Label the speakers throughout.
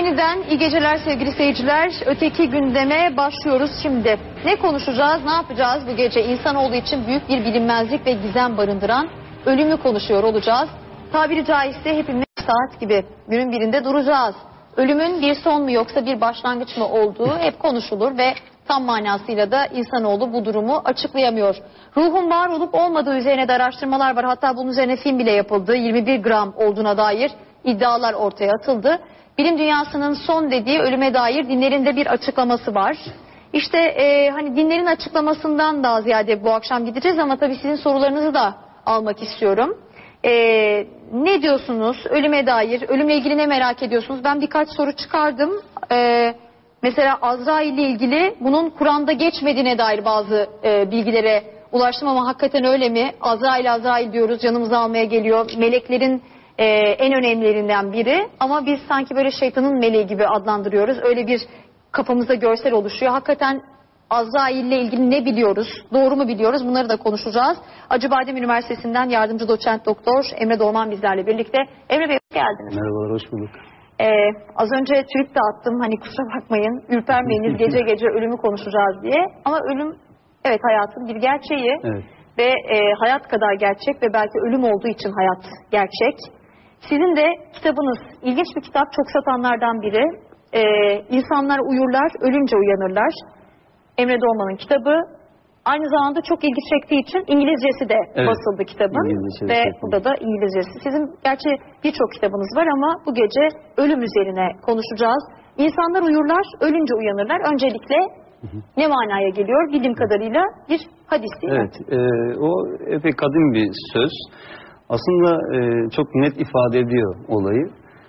Speaker 1: Yeniden iyi geceler sevgili seyirciler. Öteki gündeme başlıyoruz şimdi. Ne konuşacağız, ne yapacağız bu gece? İnsanoğlu için büyük bir bilinmezlik ve gizem barındıran ölümü konuşuyor olacağız. Tabiri caizse hepimiz saat gibi günün birinde duracağız. Ölümün bir son mu yoksa bir başlangıç mı olduğu hep konuşulur ve tam manasıyla da insanoğlu bu durumu açıklayamıyor. Ruhun var olup olmadığı üzerine de araştırmalar var. Hatta bunun üzerine film bile yapıldı. 21 gram olduğuna dair iddialar ortaya atıldı. Bilim dünyasının son dediği ölüme dair dinlerin de bir açıklaması var. İşte hani dinlerin açıklamasından daha ziyade bu akşam gideceğiz ama tabii sizin sorularınızı da almak istiyorum. Ne diyorsunuz ölüme dair, ölümle ilgili ne merak ediyorsunuz? Ben birkaç soru çıkardım. Mesela Azrail ile ilgili bunun Kur'an'da geçmediğine dair bazı bilgilere ulaştım ama hakikaten öyle mi? Azrail diyoruz, canımızı almaya geliyor. Meleklerin en önemlilerinden biri ama biz sanki böyle şeytanın meleği gibi adlandırıyoruz. Öyle bir kafamızda görsel oluşuyor. Hakikaten Azrail ile ilgili ne biliyoruz? Doğru mu biliyoruz? Bunları da konuşacağız. Acıbadem Üniversitesi'nden yardımcı doçent doktor Emre Doğman bizlerle birlikte. Emre Bey hoş geldiniz.
Speaker 2: Merhabalar, hoş bulduk.
Speaker 1: Az önce tweet de attım. Hani kusura bakmayın, ürpermeyiniz gece gece ölümü konuşacağız diye. Ama ölüm evet hayatın bir gerçeği. Evet. Ve hayat kadar gerçek ve belki ölüm olduğu için hayat gerçek. Sizin de kitabınız ilginç bir kitap, çok satanlardan biri. İnsanlar uyurlar, ölünce uyanırlar. Emre Doğman'ın kitabı. Aynı zamanda çok ilgi çektiği için İngilizcesi de basıldı kitabın. Ve burada da İngilizcesi. Sizin gerçi birçok kitabınız var ama bu gece ölüm üzerine konuşacağız. İnsanlar uyurlar, ölünce uyanırlar. Öncelikle ne manaya geliyor? Bildiğim kadarıyla bir hadis değil mi?
Speaker 2: Evet, o epey kadim bir söz. Aslında çok net ifade ediyor olayı.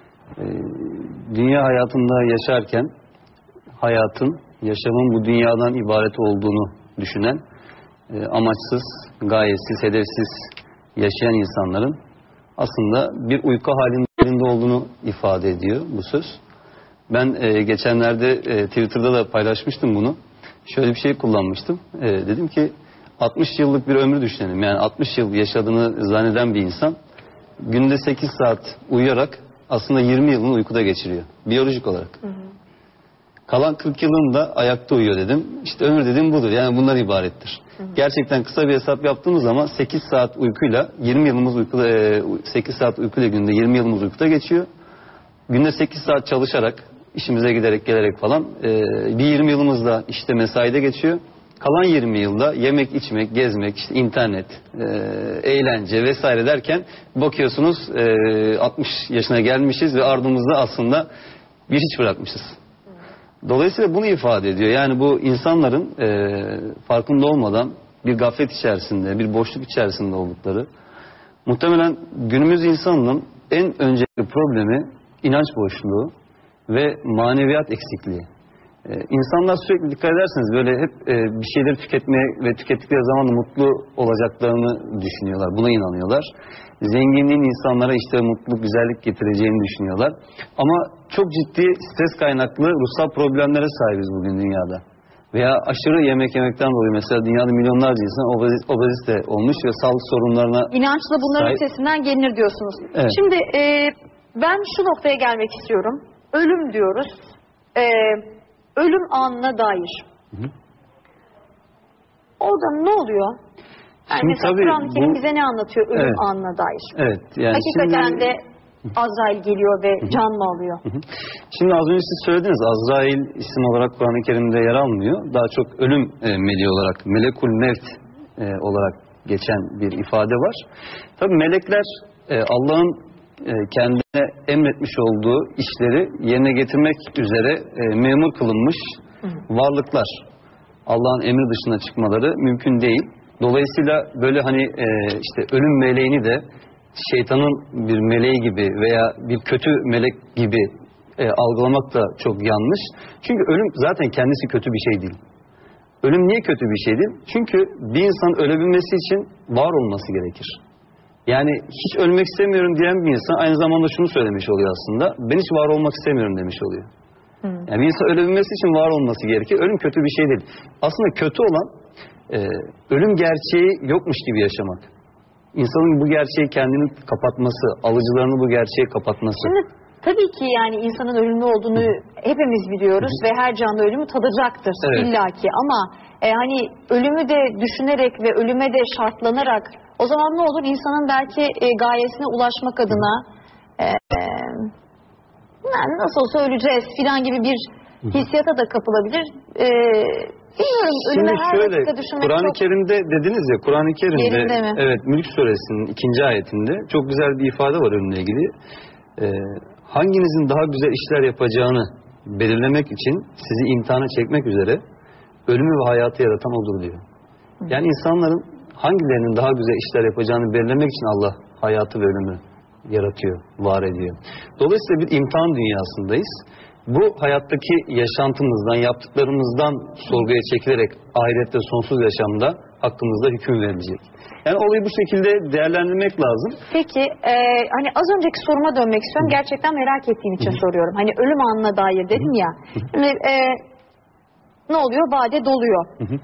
Speaker 2: Dünya hayatında yaşarken hayatın, yaşamın bu dünyadan ibaret olduğunu düşünen, amaçsız, gayesiz, hedefsiz yaşayan insanların aslında bir uyku halinde olduğunu ifade ediyor bu söz. Ben geçenlerde Twitter'da da paylaşmıştım bunu. Şöyle bir şey kullanmıştım. Dedim ki 60 yıllık bir ömrü düşünelim. Yani 60 yıl yaşadığını zanneden bir insan günde 8 saat uyuyarak aslında 20 yılını uykuda geçiriyor. Biyolojik olarak. Hı hı. Kalan 40 yılında ayakta uyuyor dedim. İşte ömür dediğim budur. Yani bunlar ibarettir. Hı hı. Gerçekten kısa bir hesap yaptığımız zaman 8 saat uykuyla 20 yılımız uykuda, 8 saat uykuyla günde 20 yılımız uykuda geçiyor. Günde 8 saat çalışarak, işimize giderek gelerek falan bir 20 yılımız da işte mesaide geçiyor. Kalan 20 yılda yemek, içmek, gezmek, işte internet, eğlence vesaire derken bakıyorsunuz 60 yaşına gelmişiz ve ardımızda aslında bir hiç bırakmışız. Dolayısıyla bunu ifade ediyor. Yani bu insanların farkında olmadan bir gaflet içerisinde, bir boşluk içerisinde oldukları. Muhtemelen günümüz insanının en öncelikli problemi inanç boşluğu ve maneviyat eksikliği. İnsanlar sürekli dikkat ederseniz böyle hep bir şeyleri tüketmeye ve tükettikleri zaman da mutlu olacaklarını düşünüyorlar. Buna inanıyorlar. Zenginliğin insanlara işte mutluluk, güzellik getireceğini düşünüyorlar. Ama çok ciddi stres kaynaklı ruhsal problemlere sahibiz bugün dünyada. Veya aşırı yemek yemekten dolayı mesela dünyada milyonlarca insan obezite olmuş ve sağlık sorunlarına
Speaker 1: İnançla bunların üstesinden gelinir diyorsunuz. Evet. Şimdi ben şu noktaya gelmek istiyorum. Ölüm diyoruz. Ölüm anına dair. Hı hı. Orada ne oluyor? Yani mesela Kur'an-ı Kerim bize ne anlatıyor ölüm anına dair?
Speaker 2: Evet. Yani
Speaker 1: hakikaten de Azrail geliyor ve can mı alıyor?
Speaker 2: Şimdi az önce siz söylediniz, Azrail isim olarak Kur'an-ı Kerim'de yer almıyor. Daha çok ölüm meleği olarak, Melekul Mevt olarak geçen bir ifade var. Tabii melekler Allah'ın kendine emretmiş olduğu işleri yerine getirmek üzere memur kılınmış varlıklar. Allah'ın emri dışına çıkmaları mümkün değil. Dolayısıyla böyle hani işte ölüm meleğini de şeytanın bir meleği gibi veya bir kötü melek gibi algılamak da çok yanlış. Çünkü ölüm zaten kendisi kötü bir şey değil. Ölüm niye kötü bir şey değil? Çünkü bir insanın ölebilmesi için var olması gerekir. Yani hiç ölmek istemiyorum diyen bir insan aynı zamanda şunu söylemiş oluyor aslında. Ben hiç var olmak istemiyorum demiş oluyor. Yani bir insan ölebilmesi için var olması gerekir. Ölüm kötü bir şey değil. Aslında kötü olan ölüm gerçeği yokmuş gibi yaşamak. İnsanın bu gerçeği kendini kapatması, alıcılarını bu gerçeği kapatması.
Speaker 1: Şimdi Tabii ki yani insanın ölümlü olduğunu hepimiz biliyoruz ve her canlı ölümü tadacaktır
Speaker 2: Evet.
Speaker 1: illaki ama hani ölümü de düşünerek ve ölüme de şartlanarak o zaman ne olur insanın belki gayesine ulaşmak adına yani nasıl olsa öleceğiz filan gibi bir hissiyata da kapılabilir. Bilmiyorum,
Speaker 2: Şimdi
Speaker 1: ölüme her
Speaker 2: şöyle,
Speaker 1: dakika düşünmek
Speaker 2: Kur'an-ı
Speaker 1: çok
Speaker 2: Kerim'de dediniz ya, Kur'an-ı
Speaker 1: yerinde
Speaker 2: Kerim'de
Speaker 1: mi?
Speaker 2: evet, Mülk Suresinin 2. ayetinde çok güzel bir ifade var ölümle ilgili. Hanginizin daha güzel işler yapacağını belirlemek için sizi imtihana çekmek üzere ölümü ve hayatı yaratan odur diyor. Yani insanların hangilerinin daha güzel işler yapacağını belirlemek için Allah hayatı ve ölümü yaratıyor, var ediyor. Dolayısıyla bir imtihan dünyasındayız. Bu hayattaki yaşantımızdan, yaptıklarımızdan sorguya çekilerek ahirette sonsuz yaşamda hakkımızda hüküm verilecek. Yani olayı bu şekilde değerlendirmek lazım.
Speaker 1: Peki hani az önceki soruma dönmek istiyorum. Gerçekten merak ettiğim için soruyorum. Hani ölüm anına dair dedim ya. Şimdi, ne oluyor? Vade doluyor.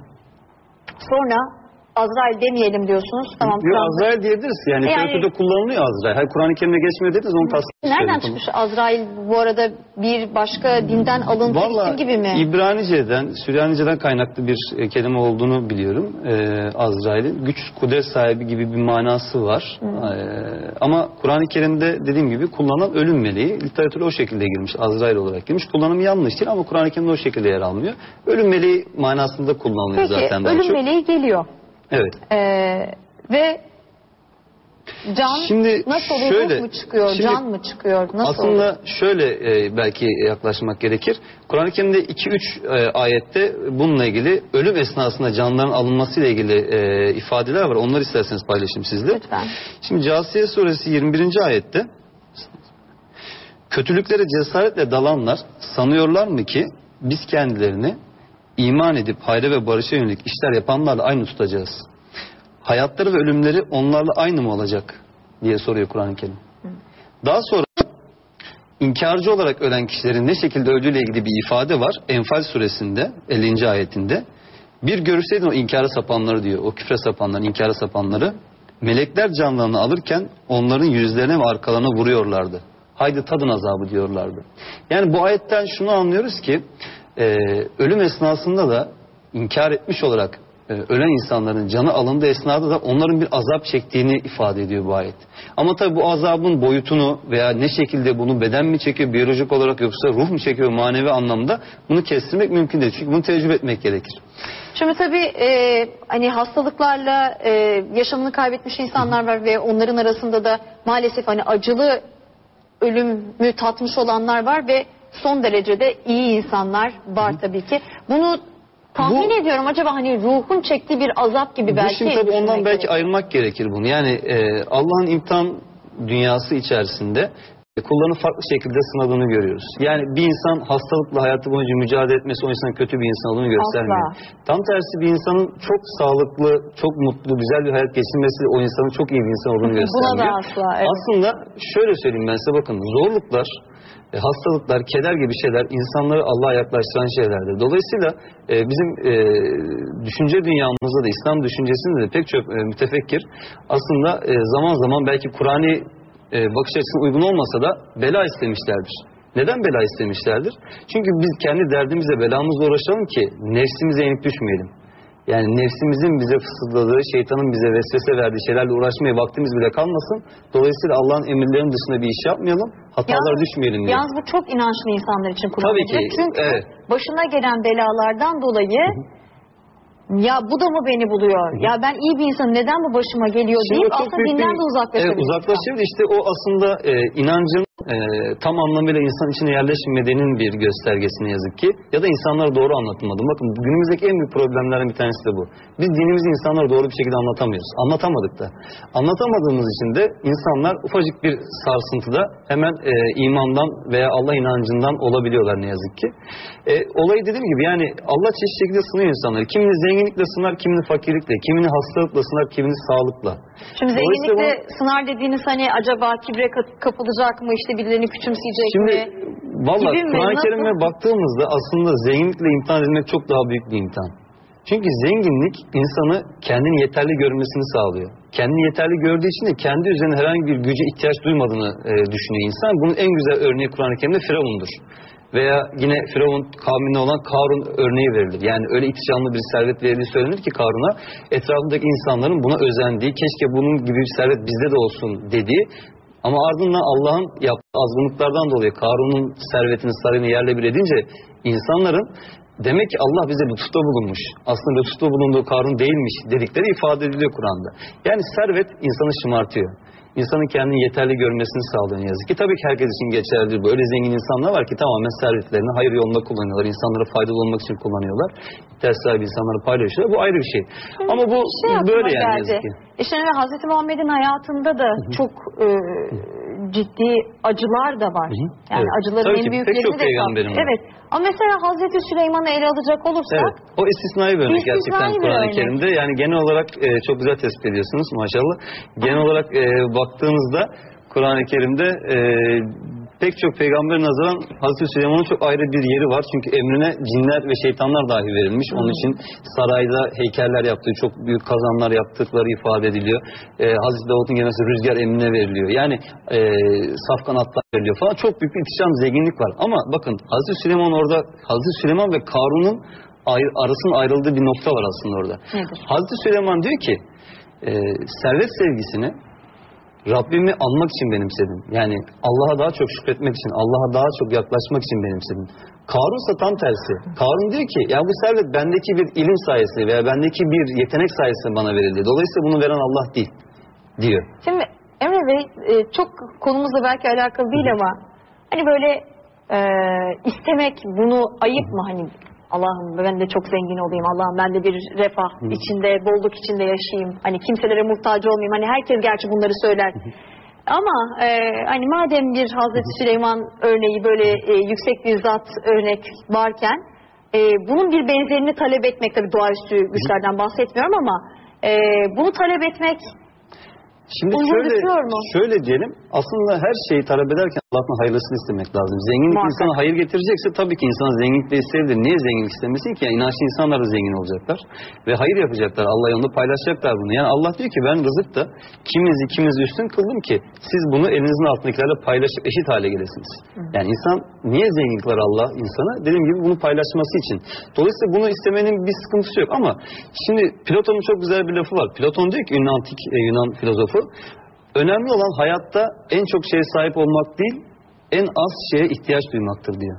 Speaker 1: Sonra Azrail demeyelim diyorsunuz. Tamam.
Speaker 2: Yok, Azrail diyebiliriz. Yani literatürde kullanılıyor Azrail. Hayır, Kur'an-ı Kerim'de geçmiyor dediniz, onu tasdik
Speaker 1: Nereden çıkmış Azrail bu arada, bir başka dinden alıntı isim gibi mi?
Speaker 2: İbranice'den, Süryanice'den kaynaklı bir kelime olduğunu biliyorum. Azrail'in güç, kudret sahibi gibi bir manası var. Ama Kur'an-ı Kerim'de dediğim gibi kullanılan ölüm meleği literatüre o şekilde girmiş. Azrail olarak girmiş. Kullanımı yanlış değil ama Kur'an-ı Kerim'de o şekilde yer almıyor. Ölüm meleği manasında kullanılıyor zaten daha çok.
Speaker 1: Peki ölüm meleği geliyor.
Speaker 2: Evet.
Speaker 1: Ve can
Speaker 2: şimdi
Speaker 1: nasıl oluyor?
Speaker 2: şöyle,
Speaker 1: Ruh mu çıkıyor? Can mı çıkıyor? Nasıl
Speaker 2: aslında
Speaker 1: oluyor?
Speaker 2: şöyle belki yaklaşmak gerekir. Kur'an-ı Kerim'de 2-3 ayette bununla ilgili ölüm esnasında canların alınmasıyla ilgili ifadeler var. Onları isterseniz paylaşayım sizle.
Speaker 1: Lütfen.
Speaker 2: Şimdi Câsiye suresi 21. ayette kötülüklere cesaretle dalanlar sanıyorlar mı ki biz kendilerini iman edip hayra ve barışa yönelik işler yapanlarla aynı tutacağız. Hayatları ve ölümleri onlarla aynı mı olacak diye soruyor Kur'an-ı Kerim. Daha sonra inkarcı olarak ölen kişilerin ne şekilde öldüğüyle ilgili bir ifade var. Enfal suresinde 50. ayetinde. Bir görürseydin o inkara sapanları diyor. O küfre sapanları, inkara sapanları. Melekler canlarını alırken onların yüzlerine ve arkalarına vuruyorlardı. Haydi tadın azabı diyorlardı. Yani bu ayetten şunu anlıyoruz ki ölüm esnasında da inkar etmiş olarak ölen insanların canı alındığı esnada da onların bir azap çektiğini ifade ediyor bu ayet. Ama tabi bu azabın boyutunu veya ne şekilde bunu beden mi çekiyor biyolojik olarak yoksa ruh mu çekiyor manevi anlamda bunu kestirmek mümkün değil. Çünkü bunu tecrübe etmek gerekir.
Speaker 1: Şimdi tabii hani hastalıklarla yaşamını kaybetmiş insanlar var ve onların arasında da maalesef hani acılı ölümü tatmış olanlar var ve son derece de iyi insanlar var tabii ki. Bunu tahmin ediyorum, acaba hani ruhun çektiği bir azap gibi belki.
Speaker 2: Şimdi tabii ondan belki
Speaker 1: gerekir.
Speaker 2: ayırmak gerekir bunu. Yani Allah'ın imtihan dünyası içerisinde kullarını farklı şekilde sınadığını görüyoruz. Yani bir insan hastalıkla hayatı boyunca mücadele etmesi o insanın kötü bir insan olduğunu göstermiyor.
Speaker 1: Asla.
Speaker 2: Tam tersi bir insanın çok sağlıklı, çok mutlu, güzel bir hayat geçirmesi o insanın çok iyi bir insan olduğunu göstermiyor.
Speaker 1: Buna da asla. Evet.
Speaker 2: Aslında şöyle söyleyeyim ben size, bakın zorluklar, hastalıklar, keder gibi şeyler insanları Allah'a yaklaştıran şeylerdir. Dolayısıyla bizim düşünce dünyamızda da İslam düşüncesinde de pek çok mütefekkir aslında zaman zaman belki Kur'an'ı bakış açısına uygun olmasa da bela istemişlerdir. Neden bela istemişlerdir? Çünkü biz kendi derdimizle belamızla uğraşalım ki nefsimize yenik düşmeyelim. Yani nefsimizin bize fısıldadığı, şeytanın bize vesvese verdiği şeylerle uğraşmaya vaktimiz bile kalmasın. Dolayısıyla Allah'ın emirlerinin dışında bir iş yapmayalım, hatalara düşmeyelim diye.
Speaker 1: Yalnız bu çok inançlı insanlar için kullanılıyor.
Speaker 2: Tabii ki,
Speaker 1: Çünkü
Speaker 2: evet.
Speaker 1: başına gelen belalardan dolayı ya bu da mı beni buluyor? Ya ben iyi bir insanım, neden bu başıma geliyor
Speaker 2: Şimdi
Speaker 1: deyip
Speaker 2: çok
Speaker 1: aslında
Speaker 2: büyük
Speaker 1: dinden
Speaker 2: bir-
Speaker 1: de uzaklaşabilir.
Speaker 2: uzaklaşabilir. İşte o aslında inancın tam anlamıyla insan içine yerleşmediğinin bir göstergesi ne yazık ki. Ya da insanlara doğru anlatılmadı. Bakın günümüzdeki en büyük problemlerden bir tanesi de bu. Biz dinimizi insanlara doğru bir şekilde anlatamıyoruz. Anlatamadık da. Anlatamadığımız için de insanlar ufacık bir sarsıntıda hemen imandan veya Allah inancından olabiliyorlar ne yazık ki. Olayı dediğim gibi yani Allah çeşitli şekilde sınıyor insanları. Kimini zenginlikle sınar, kimini fakirlikle, kimini hastalıkla sınar, kimini sağlıkla.
Speaker 1: Şimdi
Speaker 2: Dolayısıyla
Speaker 1: zenginlikle sınar dediğiniz hani acaba kibre kapılacak mı, işte birilerini küçümseyecek
Speaker 2: Şimdi
Speaker 1: mi?
Speaker 2: valla
Speaker 1: Gibi mi?
Speaker 2: Kur'an-ı
Speaker 1: Nasıl?
Speaker 2: Kerim'e baktığımızda aslında zenginlikle imtihan edilmek çok daha büyük bir imtihan. Çünkü zenginlik insanı kendini yeterli görmesini sağlıyor. Kendini yeterli gördüğü için de kendi üzerine herhangi bir güce ihtiyaç duymadığını düşünüyor insan. Bunun en güzel örneği Kur'an-ı Kerim'de Firavun'dur. Veya yine Firavun kavminde olan Karun örneği verilir. Yani öyle ihtişamlı bir servet verildiği söylenir ki Karun'a, etrafındaki insanların buna özendiği, keşke bunun gibi bir servet bizde de olsun dediği, ama ardından Allah'ın yaptığı azgınlıklardan dolayı Karun'un servetini, sarayını yerle bir edince insanların demek ki Allah bize lütufta bulunmuş, aslında lütufta bulunduğu Karun değilmiş dedikleri ifade ediliyor Kur'an'da. Yani servet insanı şımartıyor. İnsanın kendini yeterli görmesini sağlıyor ne yazık ki. Tabii ki herkes için geçerli. Böyle zengin insanlar var ki tamamen servetlerini hayır yolunda kullanıyorlar. İnsanlara faydalı olmak için kullanıyorlar. İhtiyaç sahibi insanları paylaşıyorlar. Bu ayrı bir şey. Ama bu böyle yani ne yazık ki.
Speaker 1: İşte Hazreti Muhammed'in hayatında da çok ciddi acılar da var. Yani evet. Acıların
Speaker 2: tabii
Speaker 1: en
Speaker 2: ki,
Speaker 1: büyüklerini de var. Evet. Ama mesela Hazreti Süleyman'ı ele alacak olursak.
Speaker 2: Evet. O istisnai bir örnek gerçekten Kur'an-ı Kerim'de. Yani genel olarak çok güzel tespit ediyorsunuz maşallah. Genel olarak baktığımızda Kur'an-ı Kerim'de pek çok peygamberin nazaran Hazreti Süleyman'ın çok ayrı bir yeri var. Çünkü emrine cinler ve şeytanlar dahi verilmiş. Onun için sarayda heykeller yaptığı, çok büyük kazanlar yaptıkları ifade ediliyor. Hazreti Davut'un gemisi rüzgar emrine veriliyor. Yani safkan atlar veriliyor falan. Çok büyük bir ihtişam, zenginlik var. Ama bakın Hazreti Süleyman orada, Hazreti Süleyman ve Karun'un arasının ayrıldığı bir nokta var aslında orada.
Speaker 1: Nedir?
Speaker 2: Hazreti Süleyman diyor ki servet sevgisini Rabbimi anmak için benimsedim. Yani Allah'a daha çok şükretmek için, Allah'a daha çok yaklaşmak için benimsedim. Karun ise tam tersi. Karun diyor ki ya bu servet bendeki bir ilim sayesinde veya bendeki bir yetenek sayesinde bana verildi. Dolayısıyla bunu veren Allah değil diyor.
Speaker 1: Şimdi Emre Bey çok konumuzla belki alakalı değil ama hani böyle istemek bunu ayıp mı, hani Allah'ım ben de çok zengin olayım, Allah'ım ben de bir refah içinde, bolluk içinde yaşayayım, hani kimselere muhtaç olmayayım, hani herkes gerçi bunları söyler ama hani madem bir Hazreti Süleyman örneği, böyle yüksek bir zat örnek varken bunun bir benzerini talep etmek, tabii doğaüstü güçlerden bahsetmiyorum ama bunu talep etmek
Speaker 2: şimdi şöyle diyelim, aslında her şeyi talep ederken Allah'ın hayırlısını istemek lazım. Zenginlik insana hayır getirecekse tabii ki insan zenginlik de isteyebilir. Niye zenginlik istemesin ki? Yani inançlı insanlar da zengin olacaklar ve hayır yapacaklar. Allah yolunda paylaşacaklar bunu. Yani Allah diyor ki ben rızıkta kimizi üstün kıldım ki siz bunu elinizin altındakilerle paylaşıp eşit hale gelesiniz. Yani insan niye zengin kılar Allah insana? Dediğim gibi bunu paylaşması için. Dolayısıyla bunu istemenin bir sıkıntısı yok ama şimdi Platon'un çok güzel bir lafı var. Platon diyor ki, ünlü antik Yunan filozofu, önemli olan hayatta en çok şeye sahip olmak değil, en az şeye ihtiyaç duymaktır diyor.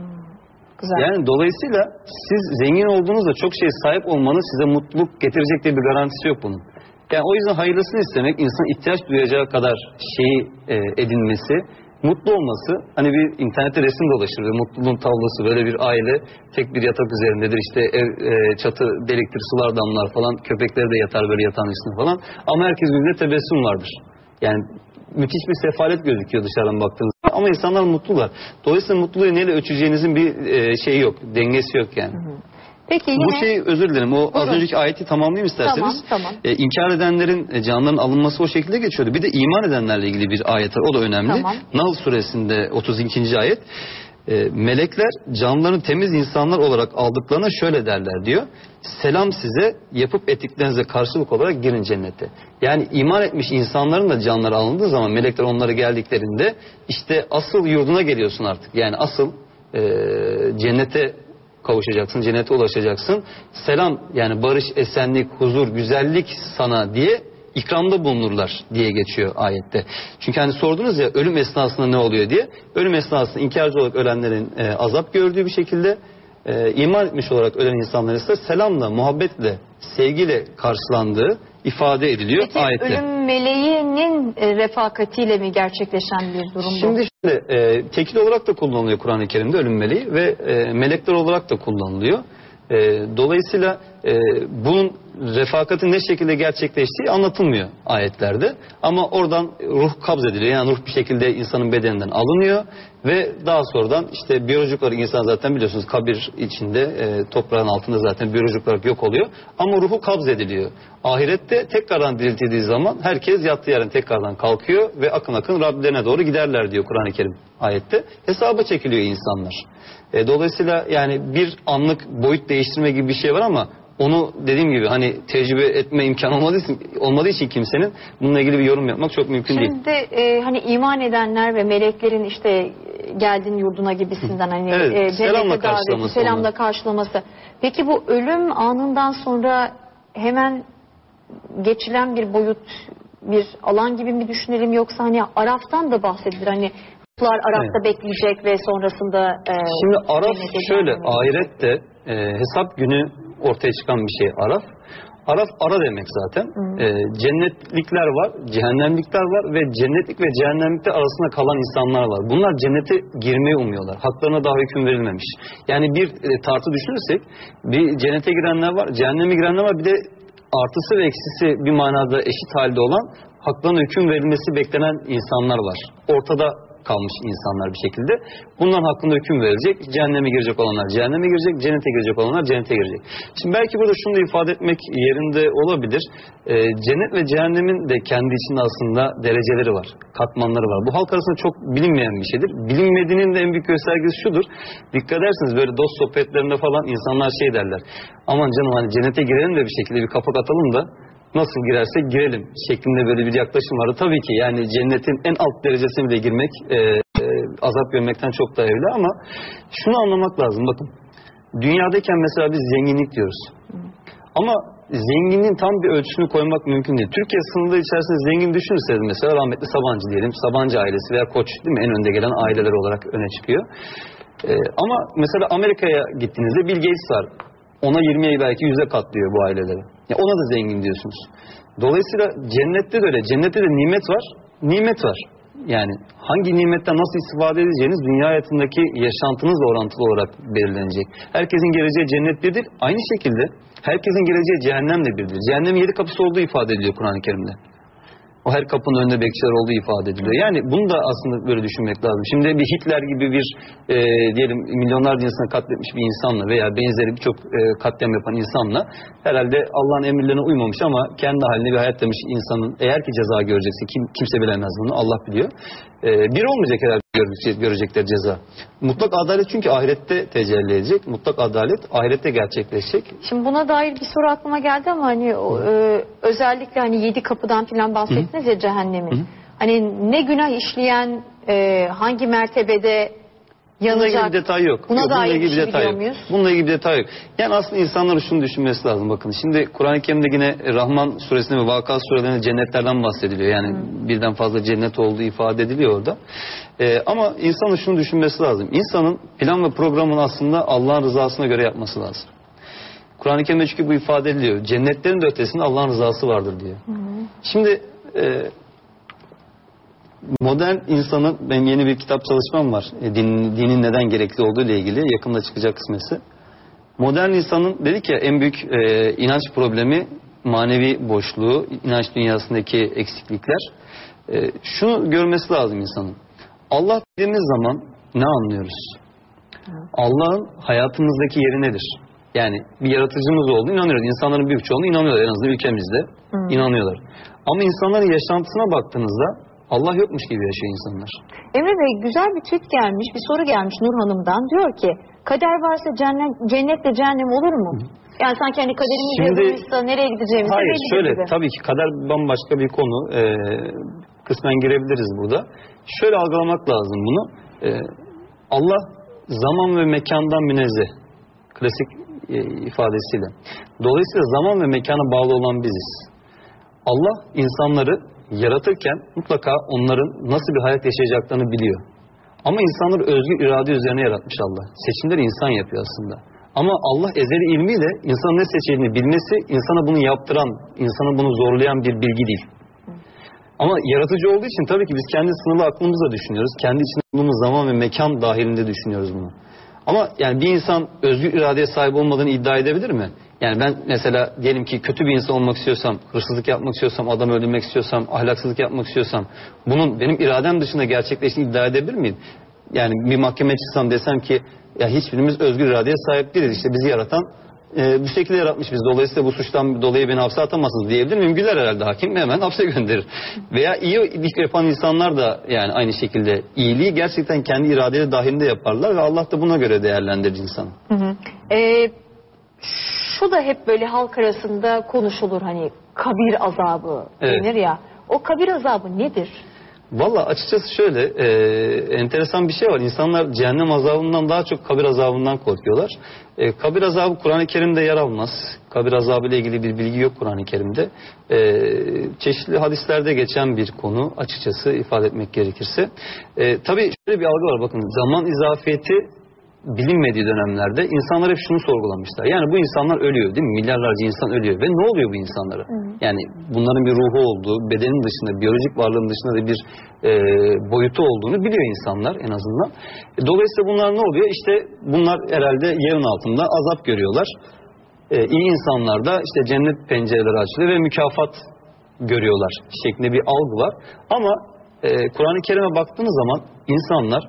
Speaker 1: Güzel.
Speaker 2: Yani dolayısıyla siz zengin olduğunuzda çok şeye sahip olmanın size mutluluk getirecek diye bir garantisi yok bunun. Yani o yüzden hayırlısını istemek, insan ihtiyaç duyacağı kadar şeyi edinmesi, mutlu olması. Hani bir internette resim dolaşır ve mutluluğun tablosu, böyle bir aile tek bir yatak üzerindedir, işte ev çatı deliktir, sular damlar falan, köpekleri de yatar böyle yatağın üstüne falan, ama herkesin yüzünde tebessüm vardır. Yani müthiş bir sefalet gözüküyor dışarıdan baktığınızda ama insanlar mutlular. Dolayısıyla mutluluğu neyle ölçeceğinizin bir şeyi yok, dengesi yok yani.
Speaker 1: Peki yine...
Speaker 2: Bu şeyi, özür dilerim, o az önceki ayeti tamamlayayım isterseniz.
Speaker 1: Tamam.
Speaker 2: İnkar edenlerin canlarının alınması o şekilde geçiyordu. Bir de iman edenlerle ilgili bir ayet var, o da önemli.
Speaker 1: Tamam.
Speaker 2: Nahl suresinde 32. ayet. Melekler canlarını temiz insanlar olarak aldıklarına şöyle derler diyor. Selam size, yapıp ettiklerinize karşılık olarak girin cennete. Yani iman etmiş insanların da canları alındığı zaman melekler onlara geldiklerinde işte asıl yurduna geliyorsun artık. Yani asıl cennete kavuşacaksın, cennete ulaşacaksın. Selam, yani barış, esenlik, huzur, güzellik sana diye ikramda bulunurlar diye geçiyor ayette. Çünkü hani sordunuz ya ölüm esnasında ne oluyor diye. Ölüm esnasında inkarcı olarak ölenlerin azap gördüğü bir şekilde, iman etmiş olarak ölen insanların ise selamla, muhabbetle, sevgiyle karşılandığı ifade ediliyor ayette.
Speaker 1: Peki ölüm meleğinin refakatiyle mi gerçekleşen bir durum bu?
Speaker 2: Şimdi şöyle, tekil olarak da kullanılıyor Kur'an-ı Kerim'de ölüm meleği ve melekler olarak da kullanılıyor. Dolayısıyla bunun refakatin ne şekilde gerçekleştiği anlatılmıyor ayetlerde. Ama oradan ruh kabz ediliyor. Yani ruh bir şekilde insanın bedeninden alınıyor ve daha sonradan işte biyolojik olarak insan zaten biliyorsunuz kabir içinde, toprağın altında zaten biyolojik olarak yok oluyor. Ama ruhu kabz ediliyor. Ahirette tekrardan diriltildiği zaman herkes yattığı yerden tekrardan kalkıyor ve akın akın Rablerine doğru giderler diyor Kur'an-ı Kerim ayette. Hesaba çekiliyor insanlar. Dolayısıyla yani bir anlık boyut değiştirme gibi bir şey var ama onu dediğim gibi hani tecrübe etme imkanı olmadığı için kimsenin bununla ilgili bir yorum yapmak çok mümkün değil.
Speaker 1: Şimdi hani iman edenler ve meleklerin işte geldin yurduna gibisinden hani
Speaker 2: Evet, selamla
Speaker 1: cennete daveti,
Speaker 2: karşılaması
Speaker 1: selamla
Speaker 2: onu.
Speaker 1: karşılaması. Peki bu ölüm anından sonra hemen geçilen bir boyut, bir alan gibi mi düşünelim, yoksa hani Araf'tan da bahsedilir, hani ruhlar Araf'ta bekleyecek ve sonrasında
Speaker 2: Şimdi Araf
Speaker 1: cennete
Speaker 2: şöyle,
Speaker 1: cehenneme
Speaker 2: ahirette hesap günü ortaya çıkan bir şey Araf. Araf ara demek zaten. Cennetlikler var, cehennemlikler var ve cennetlik ve cehennemlikler arasında kalan insanlar var. Bunlar cennete girmeyi umuyorlar. Haklarına daha hüküm verilmemiş. Yani bir tartı düşünürsek bir cennete girenler var, cehenneme girenler var, bir de artısı ve eksisi bir manada eşit halde olan, haklarına hüküm verilmesi beklenen insanlar var. Ortada kalmış insanlar bir şekilde. Bunların hakkında hüküm verilecek. Cehenneme girecek olanlar cehenneme girecek, cennete girecek olanlar cennete girecek. Şimdi belki burada şunu da ifade etmek yerinde olabilir. Cennet ve cehennemin de kendi içinde aslında dereceleri var, katmanları var. Bu halk arasında çok bilinmeyen bir şeydir. Bilinmediğinin de en büyük göstergesi şudur. Dikkat edersiniz böyle dost sohbetlerinde falan insanlar şey derler. Aman canım hani cennete girelim de bir şekilde bir kapak atalım da nasıl girersek girelim şeklinde böyle bir yaklaşım vardı. Tabii ki yani cennetin en alt derecesine bile girmek azap görmekten çok daha evli, ama şunu anlamak lazım. Bakın, dünyadayken mesela biz zenginlik diyoruz. Ama zenginliğin tam bir ölçüsünü koymak mümkün değil. Türkiye sınırları içerisinde zengin düşünürseniz mesela rahmetli Sabancı diyelim. Sabancı ailesi veya Koç, değil mi? En önde gelen aileler olarak öne çıkıyor. Ama mesela Amerika'ya gittiğinizde Bill Gates var. Ona 20'ye belki 100'e katlıyor bu aileleri. Ya ona da zengin diyorsunuz. Dolayısıyla cennette de öyle. Cennette de nimet var. Nimet var. Yani hangi nimetten nasıl istifade edeceğiniz dünya hayatındaki yaşantınızla orantılı olarak belirlenecek. Herkesin geleceği cennet birdir. Aynı şekilde herkesin geleceği cehennem de birdir. Cehennemin 7 kapısı olduğu ifade ediliyor Kur'an-ı Kerim'de. O her kapının önünde bekçiler olduğu ifade ediliyor. Yani bunu da aslında böyle düşünmek lazım. Şimdi bir Hitler gibi bir diyelim milyonlarca insanı katletmiş bir insanla veya benzeri birçok katliam yapan insanla herhalde Allah'ın emirlerine uymamış ama kendi haline bir hayat demiş insanın eğer ki ceza görecekse, kimse bilemez bunu, Allah biliyor. Bir olmayacak herhalde görecekler ceza. Mutlak adalet çünkü ahirette tecelli edecek. Mutlak adalet ahirette gerçekleşecek.
Speaker 1: Şimdi buna dair bir soru aklıma geldi ama hani özellikle hani 7 kapıdan falan bahsettiniz ya cehennemin. Hani ne günah işleyen hangi mertebede yanacak?
Speaker 2: Bununla ilgili bir detay yok.
Speaker 1: Buna dair
Speaker 2: ilgili
Speaker 1: bir şey
Speaker 2: detay
Speaker 1: biliyor
Speaker 2: yok.
Speaker 1: muyuz?
Speaker 2: Bununla ilgili bir detay yok. Yani aslında insanların şunu düşünmesi lazım. Bakın şimdi Kur'an-ı Kerim'de yine Rahman suresinde ve Vakıa surelerinde cennetlerden bahsediliyor. Yani birden fazla cennet olduğu ifade ediliyor orada. Ama insanın şunu düşünmesi lazım. İnsanın plan ve programını aslında Allah'ın rızasına göre yapması lazım. Kur'an-ı Kerim'de çünkü bu ifade ediliyor. Cennetlerin de ötesinde Allah'ın rızası vardır diyor. Şimdi modern insanın, benim yeni bir kitap çalışmam var. Dinin neden gerekli olduğu ile ilgili, yakında çıkacak kısmetse. Modern insanın dedik ya en büyük inanç problemi manevi boşluğu, inanç dünyasındaki eksiklikler. Şunu görmesi lazım insanın. Allah dediğimiz zaman ne anlıyoruz? Allah'ın hayatımızdaki yeri nedir? Yani bir yaratıcımız olduğunu inanıyoruz. İnsanların büyük çoğunluğu inanıyorlar, en azından ülkemizde inanıyorlar. Ama insanların yaşantısına baktığınızda Allah yokmuş gibi yaşıyor insanlar.
Speaker 1: Emre Bey, güzel bir tweet gelmiş, bir soru gelmiş Nur Hanım'dan. Diyor ki, kader varsa cennetle cehennem olur mu? Yani sanki hani kaderimiz yazılmışsa nereye gideceğimizi
Speaker 2: hayır,
Speaker 1: belli
Speaker 2: şöyle,
Speaker 1: gibi.
Speaker 2: tabii ki kader bambaşka bir konu. Kısmen girebiliriz burada. Şöyle algılamak lazım bunu. Allah zaman ve mekandan münezzeh. Klasik ifadesiyle. Dolayısıyla zaman ve mekana bağlı olan biziz. Allah insanları yaratırken mutlaka onların nasıl bir hayat yaşayacaklarını biliyor. Ama insanları özgür irade üzerine yaratmış Allah. Seçimleri insan yapıyor aslında. Ama Allah ezeli ilmiyle insanın ne seçeceğini bilmesi, insana bunu yaptıran, insana bunu zorlayan bir bilgi değil. Ama yaratıcı olduğu için tabii ki biz kendi sınırlı aklımızla düşünüyoruz. Kendi içinde bulunduğumuz zaman ve mekan dahilinde düşünüyoruz bunu. Ama yani bir insan özgür iradeye sahip olmadığını iddia edebilir mi? Yani ben mesela diyelim ki kötü bir insan olmak istiyorsam, hırsızlık yapmak istiyorsam, adam öldürmek istiyorsam, ahlaksızlık yapmak istiyorsam bunun benim iradem dışında gerçekleştiğini iddia edebilir miyim? Yani bir mahkemeye çıksam desem ki ya hiçbirimiz özgür iradeye sahip değiliz. İşte bizi yaratan bu şekilde yaratmış biz. Dolayısıyla bu suçtan dolayı beni hapse atamazsınız diyebilir miyim? Güler herhalde hakim, hemen hapse gönderir. Veya iyilik yapan insanlar da yani aynı şekilde iyiliği gerçekten kendi iradeleri dahilinde yaparlar ve Allah da buna göre değerlendirir insanı.
Speaker 1: şu da hep böyle halk arasında konuşulur, hani kabir azabı denir ya. O kabir azabı nedir?
Speaker 2: Valla açıkçası şöyle enteresan bir şey var. İnsanlar cehennem azabından daha çok kabir azabından korkuyorlar. Kabir azabı Kur'an-ı Kerim'de yer almaz. Kabir azabı ile ilgili bir bilgi yok Kur'an-ı Kerim'de. Çeşitli hadislerde geçen bir konu açıkçası ifade etmek gerekirse. Tabii şöyle bir algı var, bakın zaman izafiyeti bilinmediği dönemlerde insanlar hep şunu sorgulamışlar. Yani bu insanlar ölüyor değil mi? Milyarlarca insan ölüyor. Ve ne oluyor bu insanlara? Yani bunların bir ruhu olduğu, bedenin dışında, biyolojik varlığın dışında da bir boyutu olduğunu biliyor insanlar en azından. Dolayısıyla bunlar ne oluyor? İşte bunlar herhalde yerin altında azap görüyorlar. İyi insanlar da işte cennet pencereleri açılıyor ve mükafat görüyorlar şeklinde bir algı var. Ama Kur'an-ı Kerim'e baktığınız zaman insanlar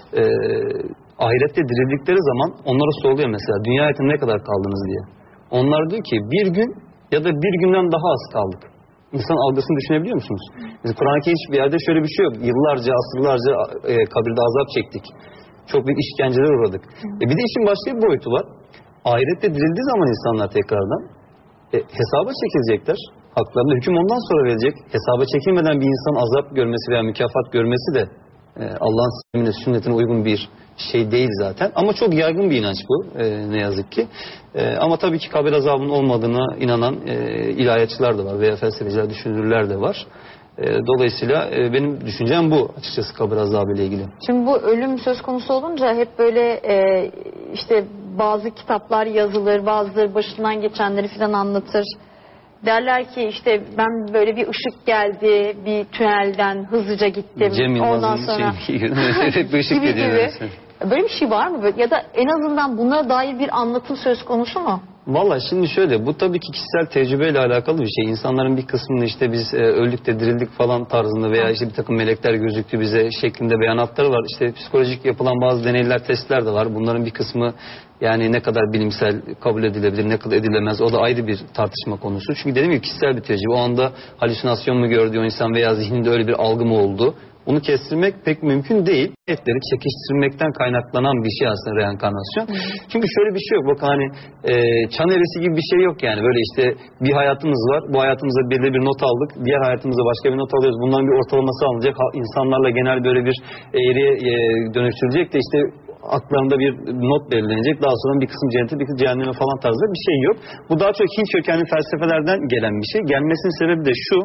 Speaker 2: ahirette dirildikleri zaman onlara soruluyor mesela dünya hayatında ne kadar kaldınız diye. Onlar diyor ki bir gün ya da bir günden daha az kaldık. İnsan algısını düşünebiliyor musunuz? Biz Kur'an-ı Kerim hiçbir yerde şöyle bir şey yok. Yıllarca, asırlarca kabirde azap çektik. Çok büyük işkenceler uğradık. Bir de işin başka bir boyutu var. Ahirette dirildiği zaman insanlar tekrardan hesaba çekilecekler. Haklarında hüküm ondan sonra verecek. Hesaba çekilmeden bir insan azap görmesi veya mükafat görmesi de Allah'ın sistemine, sünnetine uygun bir şey değil zaten. Ama çok yaygın bir inanç bu ne yazık ki. Ama tabii ki kabir azabının olmadığına inanan ilahiyatçılar da var veya felsefeciler, düşünürler de var. Dolayısıyla benim düşüncem bu açıkçası kabir azabı ile ilgili.
Speaker 1: Şimdi bu ölüm söz konusu olunca hep böyle işte bazı kitaplar yazılır, bazıları başından geçenleri falan anlatır. Derler ki işte ben böyle bir ışık geldi, bir tünelden hızlıca gittim. Ondan sonra
Speaker 2: bir ışık
Speaker 1: gibi. Böyle bir şey var mı? Ya da en azından buna dair bir anlatım söz konusu mu?
Speaker 2: Valla şimdi şöyle, bu tabii ki kişisel tecrübeyle alakalı bir şey. İnsanların bir kısmını işte biz öldük de dirildik falan tarzında veya işte bir takım melekler gözüktü bize şeklinde beyanatları var. İşte psikolojik yapılan bazı deneyler, testler de var. Bunların bir kısmı yani ne kadar bilimsel kabul edilebilir, ne kadar edilemez, o da ayrı bir tartışma konusu. Çünkü dediğim gibi kişisel bir tecrübe. O anda halüsinasyon mu gördü o insan veya zihninde öyle bir algı mı oldu? Bunu kestirmek pek mümkün değil. Etleri çekiştirmekten kaynaklanan bir şey aslında reenkarnasyon. Çünkü şöyle bir şey yok. Bakın hani çan eğrisi gibi bir şey yok yani. Böyle işte bir hayatımız var. Bu hayatımızda belirli bir not aldık. Diğer hayatımızda başka bir not alıyoruz. Bunların bir ortalaması alınacak. İnsanlarla genel böyle bir eğriye dönüştürülecek de işte aklarında bir not belirlenecek. Daha sonra bir kısım cennete, bir kısım cehenneme falan tarzında bir şey yok. Bu daha çok Hint kökenli felsefelerden gelen bir şey. Gelmesinin sebebi de şu.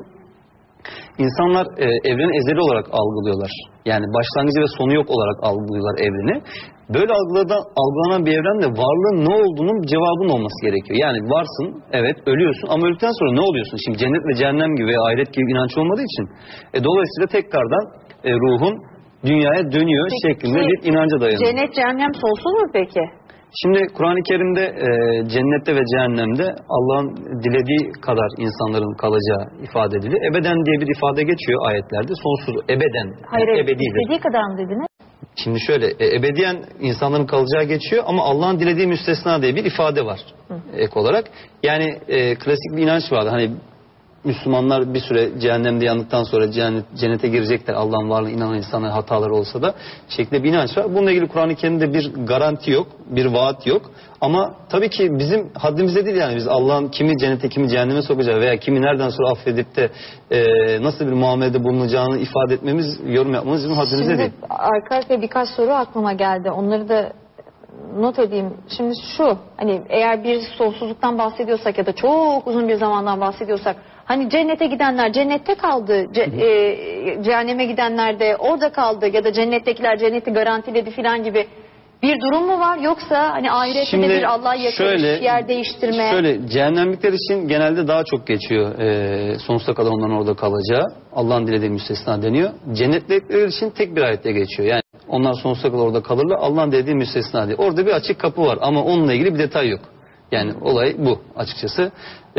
Speaker 2: İnsanlar evreni ezeli olarak algılıyorlar. Yani başlangıcı ve sonu yok olarak algılıyorlar evreni. Böyle algılanan bir evrende varlığın ne olduğunun cevabının olması gerekiyor. Yani varsın, evet, ölüyorsun ama öldükten sonra ne oluyorsun? Şimdi cennet ve cehennem gibi veya ahiret gibi inanç olmadığı için. Dolayısıyla tekrardan ruhun dünyaya dönüyor şeklinde bir inanca dayanıyor.
Speaker 1: Cennet, cehennem sonsuz mu peki?
Speaker 2: Şimdi Kur'an-ı Kerim'de cennette ve cehennemde Allah'ın dilediği kadar insanların kalacağı ifade ediliyor. Ebeden diye bir ifade geçiyor ayetlerde. Sonsuz, ebeden.
Speaker 1: Hayır,
Speaker 2: yani ebedidir.
Speaker 1: istediği kadar mı dediniz?
Speaker 2: Şimdi şöyle, ebediyen insanların kalacağı geçiyor ama Allah'ın dilediği müstesna diye bir ifade var ek olarak. Yani klasik bir inanç vardı. Hani Müslümanlar bir süre cehennemde yandıktan sonra cennete girecekler. Allah'ın varlığına inanan insanların hataları olsa da şeklinde bir inanç var. Bununla ilgili Kur'an-ı Kerim'de bir garanti yok, bir vaat yok. Ama tabii ki bizim haddimizde değil yani. Biz Allah'ın kimi cennete, kimi cehenneme sokacağı veya kimi nereden sonra affedip de nasıl bir muamelede bulunacağını ifade etmemiz, yorum yapmamız bizim haddimizde değil.
Speaker 1: Şimdi arka arkaya birkaç soru aklıma geldi. Onları da not edeyim. Şimdi şu, hani eğer bir sonsuzluktan bahsediyorsak ya da çok uzun bir zamandan bahsediyorsak, hani cennete gidenler cennette kaldı, cehenneme gidenler de orada kaldı ya da cennettekiler cenneti garantiledi filan gibi bir durum mu var? Yoksa hani ahirette de bir Allah'a yakın yer değiştirme.
Speaker 2: Şöyle, cehennemlikler için genelde daha çok geçiyor sonsuza kadar onların orada kalacağı. Allah'ın dilediği müstesna deniyor. Cennetlikler için tek bir ayette geçiyor. Yani onlar sonsuza kadar orada kalırlar. Allah'ın dilediği müstesna diye. Orada bir açık kapı var ama onunla ilgili bir detay yok. Yani olay bu açıkçası.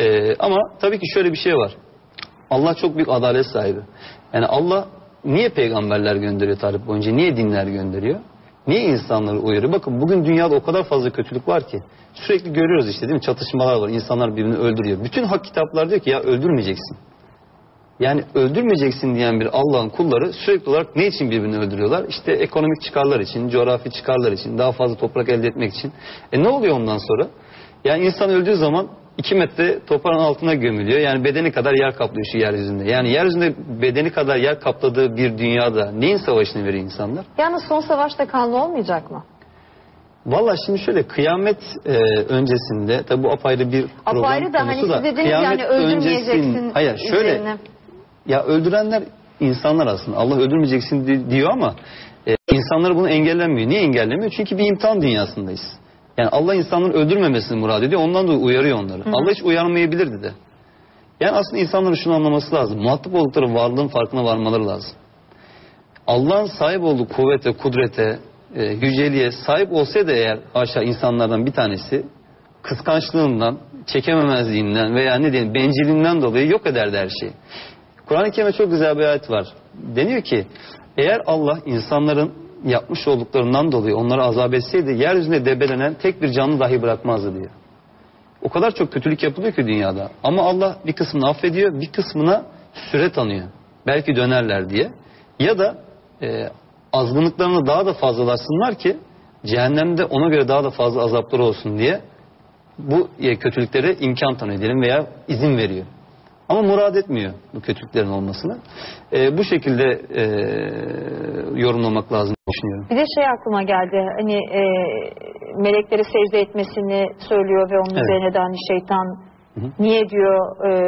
Speaker 2: Ama tabii ki şöyle bir şey var. Allah çok büyük adalet sahibi. Yani Allah niye peygamberler gönderiyor tarih boyunca? Niye dinler gönderiyor? Niye insanları uyarıyor? Bakın bugün dünyada o kadar fazla kötülük var ki. Sürekli görüyoruz işte değil mi? Çatışmalar var. İnsanlar birbirini öldürüyor. Bütün hak kitaplar diyor ki ya öldürmeyeceksin. Yani öldürmeyeceksin diyen bir Allah'ın kulları sürekli olarak ne için birbirini öldürüyorlar? İşte ekonomik çıkarlar için, coğrafi çıkarlar için, daha fazla toprak elde etmek için. Ne oluyor ondan sonra? Yani insan öldüğü zaman 2 metre toprağın altına gömülüyor. Yani bedeni kadar yer kaplıyor şu yeryüzünde. Yani yeryüzünde bedeni kadar yer kapladığı bir dünyada neyin savaşını veriyor insanlar?
Speaker 1: Yalnız son savaşta kanlı olmayacak mı?
Speaker 2: Valla şimdi şöyle, kıyamet öncesinde, tabi bu apayrı bir program
Speaker 1: apayrı da
Speaker 2: konusu
Speaker 1: hani
Speaker 2: da,
Speaker 1: siz dediniz yani öldürmeyeceksin.
Speaker 2: Hayır şöyle
Speaker 1: üzerine.
Speaker 2: ya, öldürenler insanlar aslında. Allah öldürmeyeceksin diyor ama insanları bunu engellemiyor. Niye engellemiyor? Çünkü bir imtihan dünyasındayız. Yani Allah insanların öldürmemesini murad ediyor. Ondan da uyarıyor onları.
Speaker 1: Hı.
Speaker 2: Allah hiç uyarmayabilirdi de. Yani aslında insanların şunu anlaması lazım. Muhatap oldukları varlığın farkına varmaları lazım. Allah'ın sahip olduğu kuvvete, kudrete, yüceliğe sahip olsaydı eğer aşağı insanlardan bir tanesi kıskançlığından, çekememezliğinden veya ne diyeyim bencilliğinden dolayı yok ederdi her şeyi. Kur'an-ı Kerim'de çok güzel bir ayet var. Deniyor ki eğer Allah insanların yapmış olduklarından dolayı onları azap etseydi yeryüzünde debelenen tek bir canlı dahi bırakmazdı diyor. O kadar çok kötülük yapılıyor ki dünyada. Ama Allah bir kısmını affediyor, bir kısmına süre tanıyor. Belki dönerler diye. Ya da azgınlıklarını daha da fazlalaşsınlar ki cehennemde ona göre daha da fazla azapları olsun diye bu kötülüklere imkan tanıyor diyelim veya izin veriyor. Ama murad etmiyor bu kötülüklerin olmasını. Bu şekilde yorumlamak lazım düşünüyorum.
Speaker 1: Bir de şey aklıma geldi. Hani meleklere secde etmesini söylüyor ve onun
Speaker 2: Evet.
Speaker 1: üzerine de hani şeytan
Speaker 2: Hı.
Speaker 1: niye diyor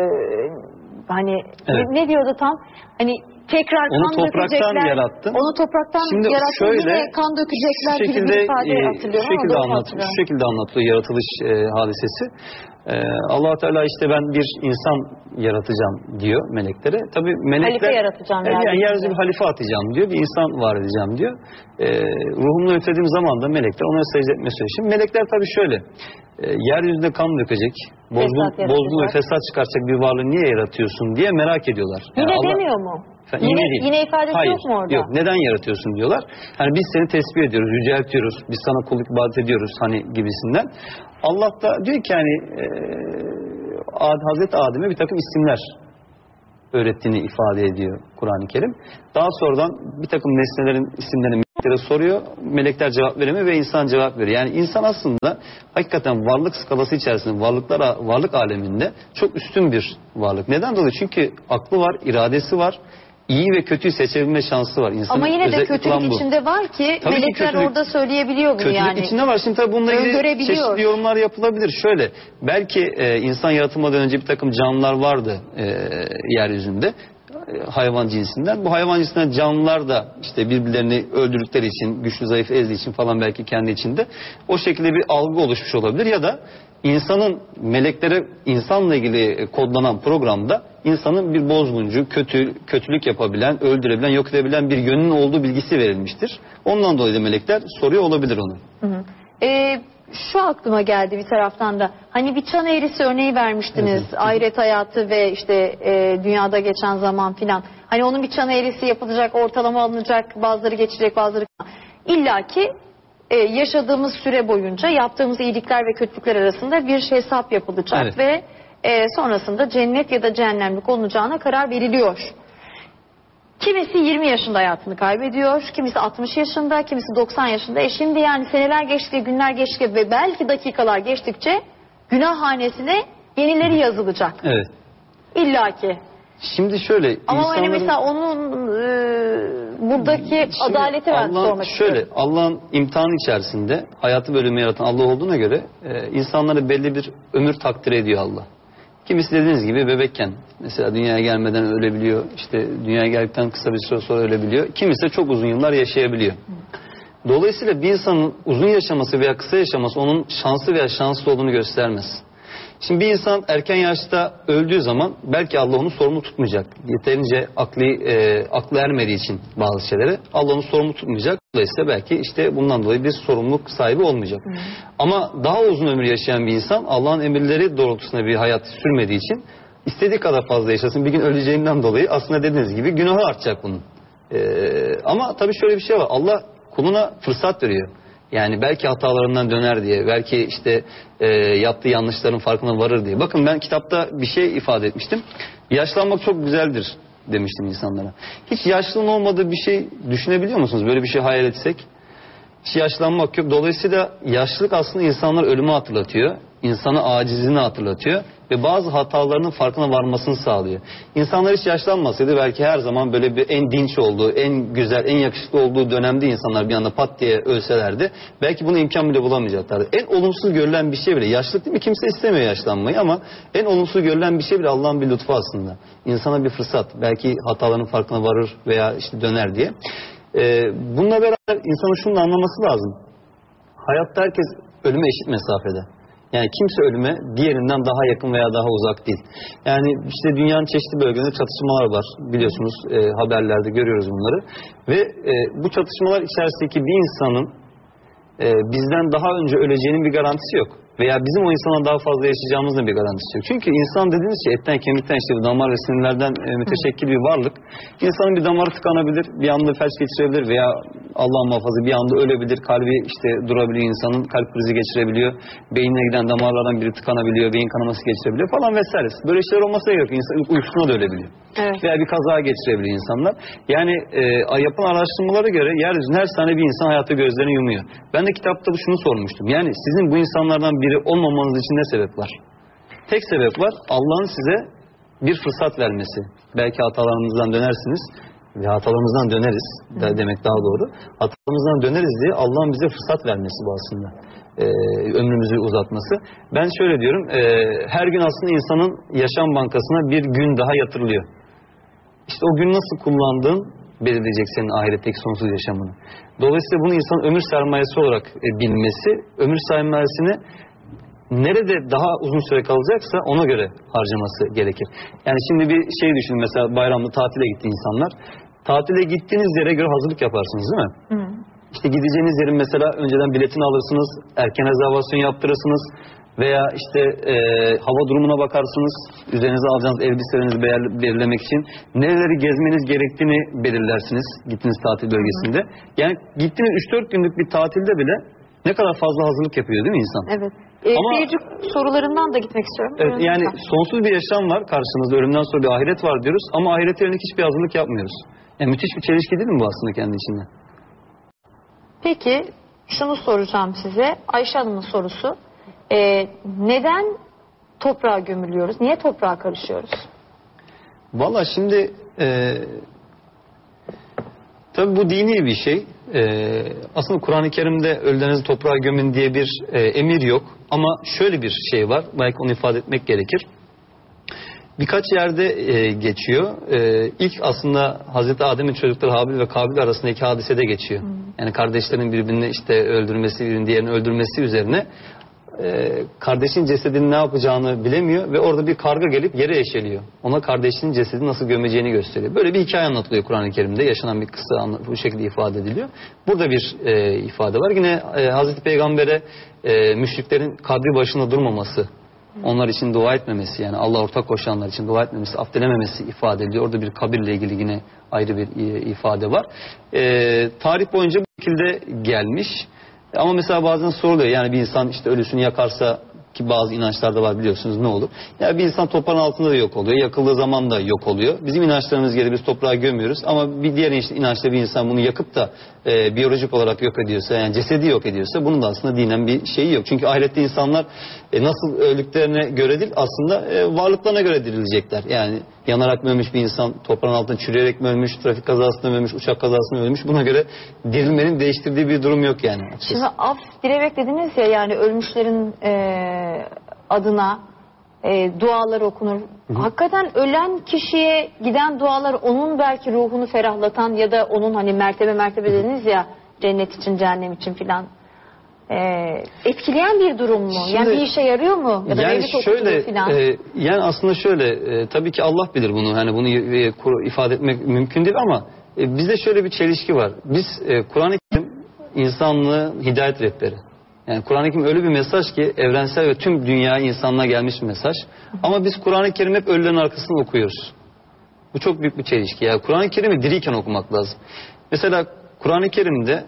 Speaker 1: hani
Speaker 2: Evet.
Speaker 1: ne diyordu tam? Hani tekrar
Speaker 2: Onu
Speaker 1: kan
Speaker 2: topraktan
Speaker 1: dökecekler.
Speaker 2: yarattın.
Speaker 1: Onu topraktan
Speaker 2: Şimdi
Speaker 1: yarattın
Speaker 2: şöyle,
Speaker 1: yine kan dökecekler
Speaker 2: şu
Speaker 1: gibi
Speaker 2: şekilde,
Speaker 1: bir ifade hatırlıyorum
Speaker 2: şu şekilde
Speaker 1: ama doğru
Speaker 2: anlatılıyor.
Speaker 1: hatırlıyorum.
Speaker 2: Şu şekilde anlatılıyor yaratılış hadisesi. Allah Teala işte ben bir insan yaratacağım diyor meleklere. Tabii melekler
Speaker 1: Halife yaratacağım
Speaker 2: yani yeryüzüne bir halife atacağım diyor. Bir insan var edeceğim diyor. Ruhumla üflediğim zaman da melekler ona secde etmesi söylüyor. Şimdi melekler tabii şöyle. Yeryüzünde kan dökecek, bozgun ve fesat çıkaracak bir varlığı niye yaratıyorsun diye merak ediyorlar.
Speaker 1: Yine
Speaker 2: Yani
Speaker 1: demiyor mu?
Speaker 2: Değil.
Speaker 1: Yine ifadesi
Speaker 2: Hayır,
Speaker 1: yok mu orada?
Speaker 2: Yok. Neden yaratıyorsun diyorlar. Hani biz seni tesbih ediyoruz, yüceltiyoruz. Biz sana kulluk ibadet ediyoruz hani gibisinden. Allah da diyor ki hani Hazreti Adem'e bir takım isimler öğrettiğini ifade ediyor Kur'an-ı Kerim. Daha sonradan bir takım nesnelerin isimlerini meleklere soruyor. Melekler cevap veremiyor ve insan cevap veriyor. Yani insan aslında hakikaten varlık skalası içerisinde, varlık aleminde çok üstün bir varlık. Neden dolayı? Çünkü aklı var, iradesi var. İyi ve kötüyü seçebilme şansı var. İnsanın
Speaker 1: ama yine de
Speaker 2: özellikle
Speaker 1: kötülük içinde var ki
Speaker 2: tabii
Speaker 1: melekler
Speaker 2: ki kötülük,
Speaker 1: orada söyleyebiliyor bunu
Speaker 2: kötülük
Speaker 1: yani.
Speaker 2: içinde var. Şimdi tabii bununla ilgili
Speaker 1: Öngörebiliyor.
Speaker 2: çeşitli yorumlar yapılabilir. Şöyle, belki insan yaratılmadan önce bir takım canlılar vardı yeryüzünde. Hayvan cinsinden. Bu hayvan cinsinden canlılar da işte birbirlerini öldürdükleri için, güçlü zayıf ezdiği için falan belki kendi içinde o şekilde bir algı oluşmuş olabilir. Ya da insanın meleklere insanla ilgili kodlanan programda insanın bir bozguncu, kötülük yapabilen, öldürebilen, yok edebilen bir yönünün olduğu bilgisi verilmiştir. Ondan dolayı da melekler soruyor olabilir onu.
Speaker 1: Hı hı. Şu aklıma geldi bir taraftan da. Hani bir çan eğrisi örneği vermiştiniz.
Speaker 2: Evet.
Speaker 1: Ahiret hayatı ve işte dünyada geçen zaman filan. Hani onun bir çan eğrisi yapılacak, ortalama alınacak, bazıları geçecek, bazıları... İlla ki yaşadığımız süre boyunca yaptığımız iyilikler ve kötülükler arasında bir hesap yapılacak.
Speaker 2: Evet.
Speaker 1: Ve sonrasında cennet ya da cehennemlik olunacağına karar veriliyor. Kimisi 20 yaşında hayatını kaybediyor, kimisi 60 yaşında, kimisi 90 yaşında. Şimdi yani seneler geçti, günler geçti ve belki dakikalar geçtikçe günah hanesine yenileri yazılacak.
Speaker 2: Evet.
Speaker 1: İlla ki.
Speaker 2: Şimdi şöyle,
Speaker 1: Ama
Speaker 2: insanların...
Speaker 1: hani mesela onun buradaki adaleti ben sormak
Speaker 2: şöyle,
Speaker 1: istiyorum.
Speaker 2: Allah'ın imtihanı içerisinde hayatı bölümü yaratan Allah olduğuna göre insanlara belli bir ömür takdir ediyor Allah. Kimisi dediğiniz gibi bebekken mesela dünyaya gelmeden ölebiliyor. İşte dünyaya geldikten kısa bir süre sonra ölebiliyor. Kimisi de çok uzun yıllar yaşayabiliyor. Dolayısıyla bir insanın uzun yaşaması veya kısa yaşaması onun şanslı veya şanssız olduğunu göstermez. Şimdi bir insan erken yaşta öldüğü zaman belki Allah onu sorumlu tutmayacak. Yeterince aklı ermediği için bazı şeyleri Allah onu sorumlu tutmayacak. Dolayısıyla belki işte bundan dolayı bir sorumluluk sahibi olmayacak. Ama daha uzun ömür yaşayan bir insan Allah'ın emirleri doğrultusunda bir hayat sürmediği için istediği kadar fazla yaşasın, bir gün öleceğinden dolayı aslında dediğiniz gibi günahı artacak bunun. Ama tabii şöyle bir şey var. Allah kuluna fırsat veriyor. Yani belki hatalarından döner diye, belki işte yaptığı yanlışların farkına varır diye. Bakın ben kitapta bir şey ifade etmiştim. Yaşlanmak çok güzeldir demiştim insanlara. Hiç yaşlılığın olmadığı bir şey düşünebiliyor musunuz? Böyle bir şey hayal etsek. Hiç yaşlanmak yok. Dolayısıyla yaşlılık aslında insanlar ölümü hatırlatıyor. İnsana acizliğini hatırlatıyor. Ve bazı hatalarının farkına varmasını sağlıyor. İnsanlar hiç yaşlanmasaydı belki her zaman böyle bir en dinç olduğu, en güzel, en yakışıklı olduğu dönemde insanlar bir anda pat diye ölselerdi. Belki bunu imkan bile bulamayacaklardı. En olumsuz görülen bir şey bile, yaşlılık değil mi? Kimse istemiyor yaşlanmayı ama en olumsuz görülen bir şey bile Allah'ın bir lütfu aslında. İnsana bir fırsat. Belki hataların farkına varır veya işte döner diye. Bununla beraber insanın şunu da anlaması lazım. Hayatta herkes ölüme eşit mesafede. Yani kimse ölüme diğerinden daha yakın veya daha uzak değil. Yani işte dünyanın çeşitli bölgelerinde çatışmalar var. Biliyorsunuz haberlerde görüyoruz bunları. Ve bu çatışmalar içerisindeki bir insanın bizden daha önce öleceğinin bir garantisi yok. Veya bizim o insana daha fazla yaşayacağımızın bir garantisi yok. Çünkü insan dediğiniz şey etten kemikten işte damar ve sinirlerden müteşekkil bir varlık. İnsanın bir damarı tıkanabilir, bir anda felç geçirebilir veya Allah muhafaza bir anda ölebilir. Kalbi işte durabiliyor insanın, kalp krizi geçirebiliyor. Beynine giden damarlardan biri tıkanabiliyor, beyin kanaması geçirebiliyor falan vesaire. Böyle şeyler olmasa gerek. İnsan uykusuna da ölebiliyor. Evet. Veya bir kaza geçirebiliyor insanlar. Yani yapılan araştırmalara göre yeryüzünde her saniye bir insan hayata gözlerini yumuyor. Ben de kitapta şunu sormuştum. Yani sizin bu insanlardan biri olmamanız için ne sebep var? Tek sebep var. Allah'ın size bir fırsat vermesi. Belki hatalarımızdan dönersiniz ve hatalarımızdan döneriz demek daha doğru. Hatalarımızdan döneriz diye Allah'ın bize fırsat vermesi bu aslında. Ömrümüzü uzatması. Ben şöyle diyorum. Her gün aslında insanın yaşam bankasına bir gün daha yatırılıyor. İşte o gün nasıl kullandığın belirleyecek senin ahiretteki sonsuz yaşamını. Dolayısıyla bunu insanın ömür sermayesi olarak bilmesi, ömür sermayesini nerede daha uzun süre kalacaksa ona göre harcaması gerekir. Yani şimdi bir şey düşünün, mesela bayramda tatile gitti insanlar. Tatile gittiğiniz yere göre hazırlık yaparsınız değil mi? Hı. İşte gideceğiniz yerin mesela önceden biletini alırsınız, erken rezervasyon yaptırırsınız veya işte hava durumuna bakarsınız, üzerinize alacağınız elbiselerinizi belirlemek için nereleri gezmeniz gerektiğini belirlersiniz gittiğiniz tatil bölgesinde. Yani gittiğiniz 3-4 günlük bir tatilde bile ne kadar fazla hazırlık yapıyor değil mi insan?
Speaker 1: Evet. Ama sorularından da gitmek istiyorum.
Speaker 2: Evet, yani sonsuz bir yaşam var karşımızda, ölümden sonra bir ahiret var diyoruz ama ahirete yönelik hiçbir hazırlık yapmıyoruz. Yani müthiş bir çelişki değil mi bu aslında kendi içinde?
Speaker 1: Peki şunu soracağım size. Ayşe Hanım'ın sorusu. Neden toprağa gömülüyoruz? Niye toprağa karışıyoruz?
Speaker 2: Valla şimdi tabii bu dini bir şey. Aslında Kur'an-ı Kerim'de ölülerinizi toprağa gömün diye bir emir yok. Ama şöyle bir şey var. Belki onu ifade etmek gerekir. Birkaç yerde geçiyor. İlk aslında Hazreti Adem'in çocukları Habil ve Kabil arasındaki hadisede geçiyor. Yani kardeşlerin birbirini işte öldürmesi, birinin diğerini öldürmesi üzerine kardeşin cesedini ne yapacağını bilemiyor ve orada bir karga gelip yere eşeliyor. Ona kardeşinin cesedini nasıl gömeceğini gösteriyor. Böyle bir hikaye anlatılıyor Kur'an-ı Kerim'de. Yaşanan bir kıssa bu şekilde ifade ediliyor. Burada bir ifade var. Yine Hazreti Peygamber'e müşriklerin kabri başında durmaması, onlar için dua etmemesi, yani Allah ortak koşanlar için dua etmemesi, affedilememesi ifade ediliyor. Orada bir kabirle ilgili yine ayrı bir ifade var. Tarih boyunca bu şekilde gelmiş. Ama mesela bazen soruluyor, yani bir insan işte ölüsünü yakarsa, ki bazı inançlarda var biliyorsunuz, ne olur? Yani bir insan toprağın altında da yok oluyor, yakıldığı zaman da yok oluyor. Bizim inançlarımız gereği biz toprağa gömüyoruz ama bir diğer inançta bir insan bunu yakıp da biyolojik olarak yok ediyorsa, yani cesedi yok ediyorsa, bunun da aslında dinen bir şeyi yok. Çünkü ahirette insanlar nasıl öldüklerine göre değil, aslında varlıklarına göre dirilecekler. Yani yanarak mı ölmüş bir insan, toprağın altında çürüyerek mi ölmüş, trafik kazasında mı ölmüş, uçak kazasında mı ölmüş, buna göre dirilmenin değiştirdiği bir durum yok yani.
Speaker 1: Şimdi af dilemek dediniz ya, yani ölmüşlerin adına dualar okunur. Hı-hı. Hakikaten ölen kişiye giden dualar onun belki ruhunu ferahlatan ya da onun hani mertebe dediniz ya, cennet için, cehennem için filan etkileyen bir durum mu? Şimdi, yani bir işe yarıyor mu? Ya da
Speaker 2: yani şöyle, yani aslında şöyle, tabii ki Allah bilir bunu. Hani bunu ifade etmek mümkün değil ama bizde şöyle bir çelişki var. Biz Kur'an-ı Kerim insanlığın hidayet rehberi. Yani Kur'an-ı Kerim öyle bir mesaj ki evrensel ve tüm dünyaya, insanlığa gelmiş bir mesaj. Ama biz Kur'an-ı Kerim hep ölülerin arkasından okuyoruz. Bu çok büyük bir çelişki. Yani Kur'an-ı Kerim'i diriyken okumak lazım. Mesela Kur'an-ı Kerim'de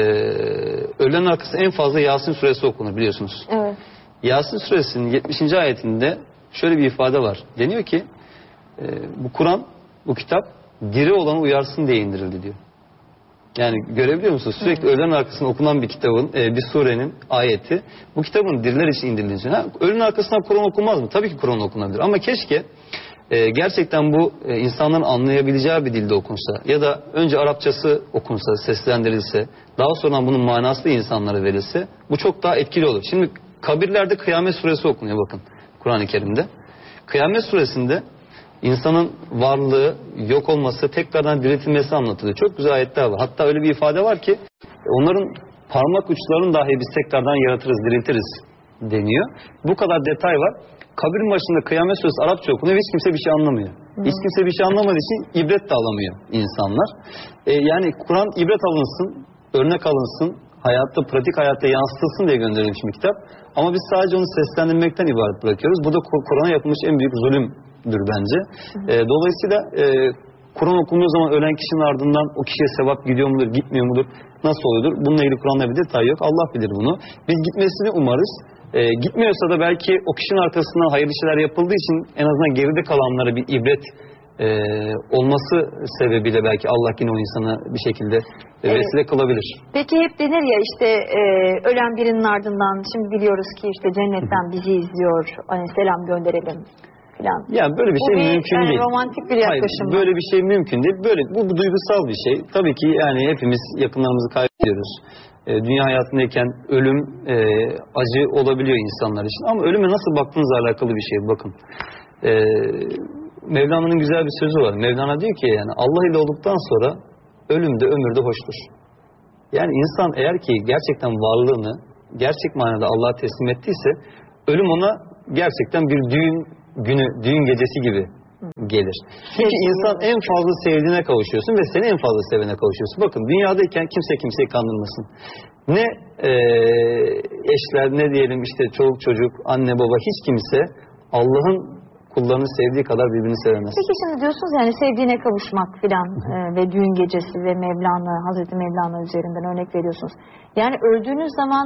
Speaker 2: öğlen arkası en fazla Yasin suresi okunur biliyorsunuz.
Speaker 1: Evet.
Speaker 2: Yasin suresinin 70. ayetinde şöyle bir ifade var. Deniyor ki bu Kur'an, bu kitap diri olanı uyarsın diye indirildi diyor. Yani görebiliyor musunuz? Sürekli öğlen arkasında okunan bir kitabın, bir surenin ayeti bu kitabın diriler için indirildiğini. Öğlen arkasından Kur'an okunmaz mı? Tabii ki Kur'an okunabilir. Ama keşke gerçekten bu insanların anlayabileceği bir dilde okunsa ya da önce Arapçası okunsa, seslendirilse, daha sonra bunun manası da insanlara verilse bu çok daha etkili olur. Şimdi kabirlerde Kıyamet suresi okunuyor bakın Kur'an-ı Kerim'de. Kıyamet suresinde insanın varlığı, yok olması, tekrardan diriltilmesi anlatılıyor. Çok güzel ayetler var. Hatta öyle bir ifade var ki onların parmak uçlarını dahi biz tekrardan yaratırız, diriltiriz deniyor. Bu kadar detay var. Kabrin başında Kıyamet suresi Arapça okunuyor ve hiç kimse bir şey anlamıyor. Hiç kimse bir şey anlamadığı için ibret de alamıyor insanlar. Yani Kur'an ibret alınsın, örnek alınsın, hayatta, pratik hayatta yansıtılsın diye gönderilmiş bir kitap. Ama biz sadece onu seslendirmekten ibaret bırakıyoruz. Bu da Kur'an'a yapılmış en büyük zulümdür bence. Dolayısıyla Kur'an okunduğu zaman ölen kişinin ardından o kişiye sevap gidiyor mudur, gitmiyor mudur, nasıl oluyordur? Bununla ilgili Kur'an'da bir detay yok. Allah bilir bunu. Biz gitmesini umarız. Gitmiyorsa da belki o kişinin arkasından hayırlı şeyler yapıldığı için en azından geride kalanlara bir ibret olması sebebiyle belki Allah yine o insana bir şekilde vesile kılabilir.
Speaker 1: Peki hep denir ya işte ölen birinin ardından şimdi biliyoruz ki işte cennetten bizi izliyor, hani selam gönderelim falan.
Speaker 2: Yani böyle bir şey mümkün
Speaker 1: yani
Speaker 2: değil.
Speaker 1: Romantik bir yaklaşım.
Speaker 2: Hayır, böyle bir şey mümkün değil. Böyle bu duygusal bir şey. Tabii ki yani hepimiz yakınlarımızı kaybediyoruz. Dünya hayatındayken ölüm acı olabiliyor insanlar için. Ama ölüme nasıl baktığınızla alakalı bir şey. Bakın. Mevlana'nın güzel bir sözü var. Mevlana diyor ki yani Allah ile olduktan sonra ölüm de ömür de hoştur. Yani insan eğer ki gerçekten varlığını gerçek manada Allah'a teslim ettiyse ölüm ona gerçekten bir düğün günü, düğün gecesi gibi gelir. Çünkü insan en fazla sevdiğine kavuşuyorsun ve seni en fazla sevene kavuşuyorsun. Bakın dünyadayken kimse kimseyi kandırmasın. Ne eşler ne diyelim işte çoluk çocuk, anne baba hiç kimse Allah'ın kullarını sevdiği kadar birbirini sevemez.
Speaker 1: Peki şimdi diyorsunuz yani sevdiğine kavuşmak filan ve düğün gecesi ve Mevlana, Hazreti Mevlana üzerinden örnek veriyorsunuz. Yani öldüğünüz zaman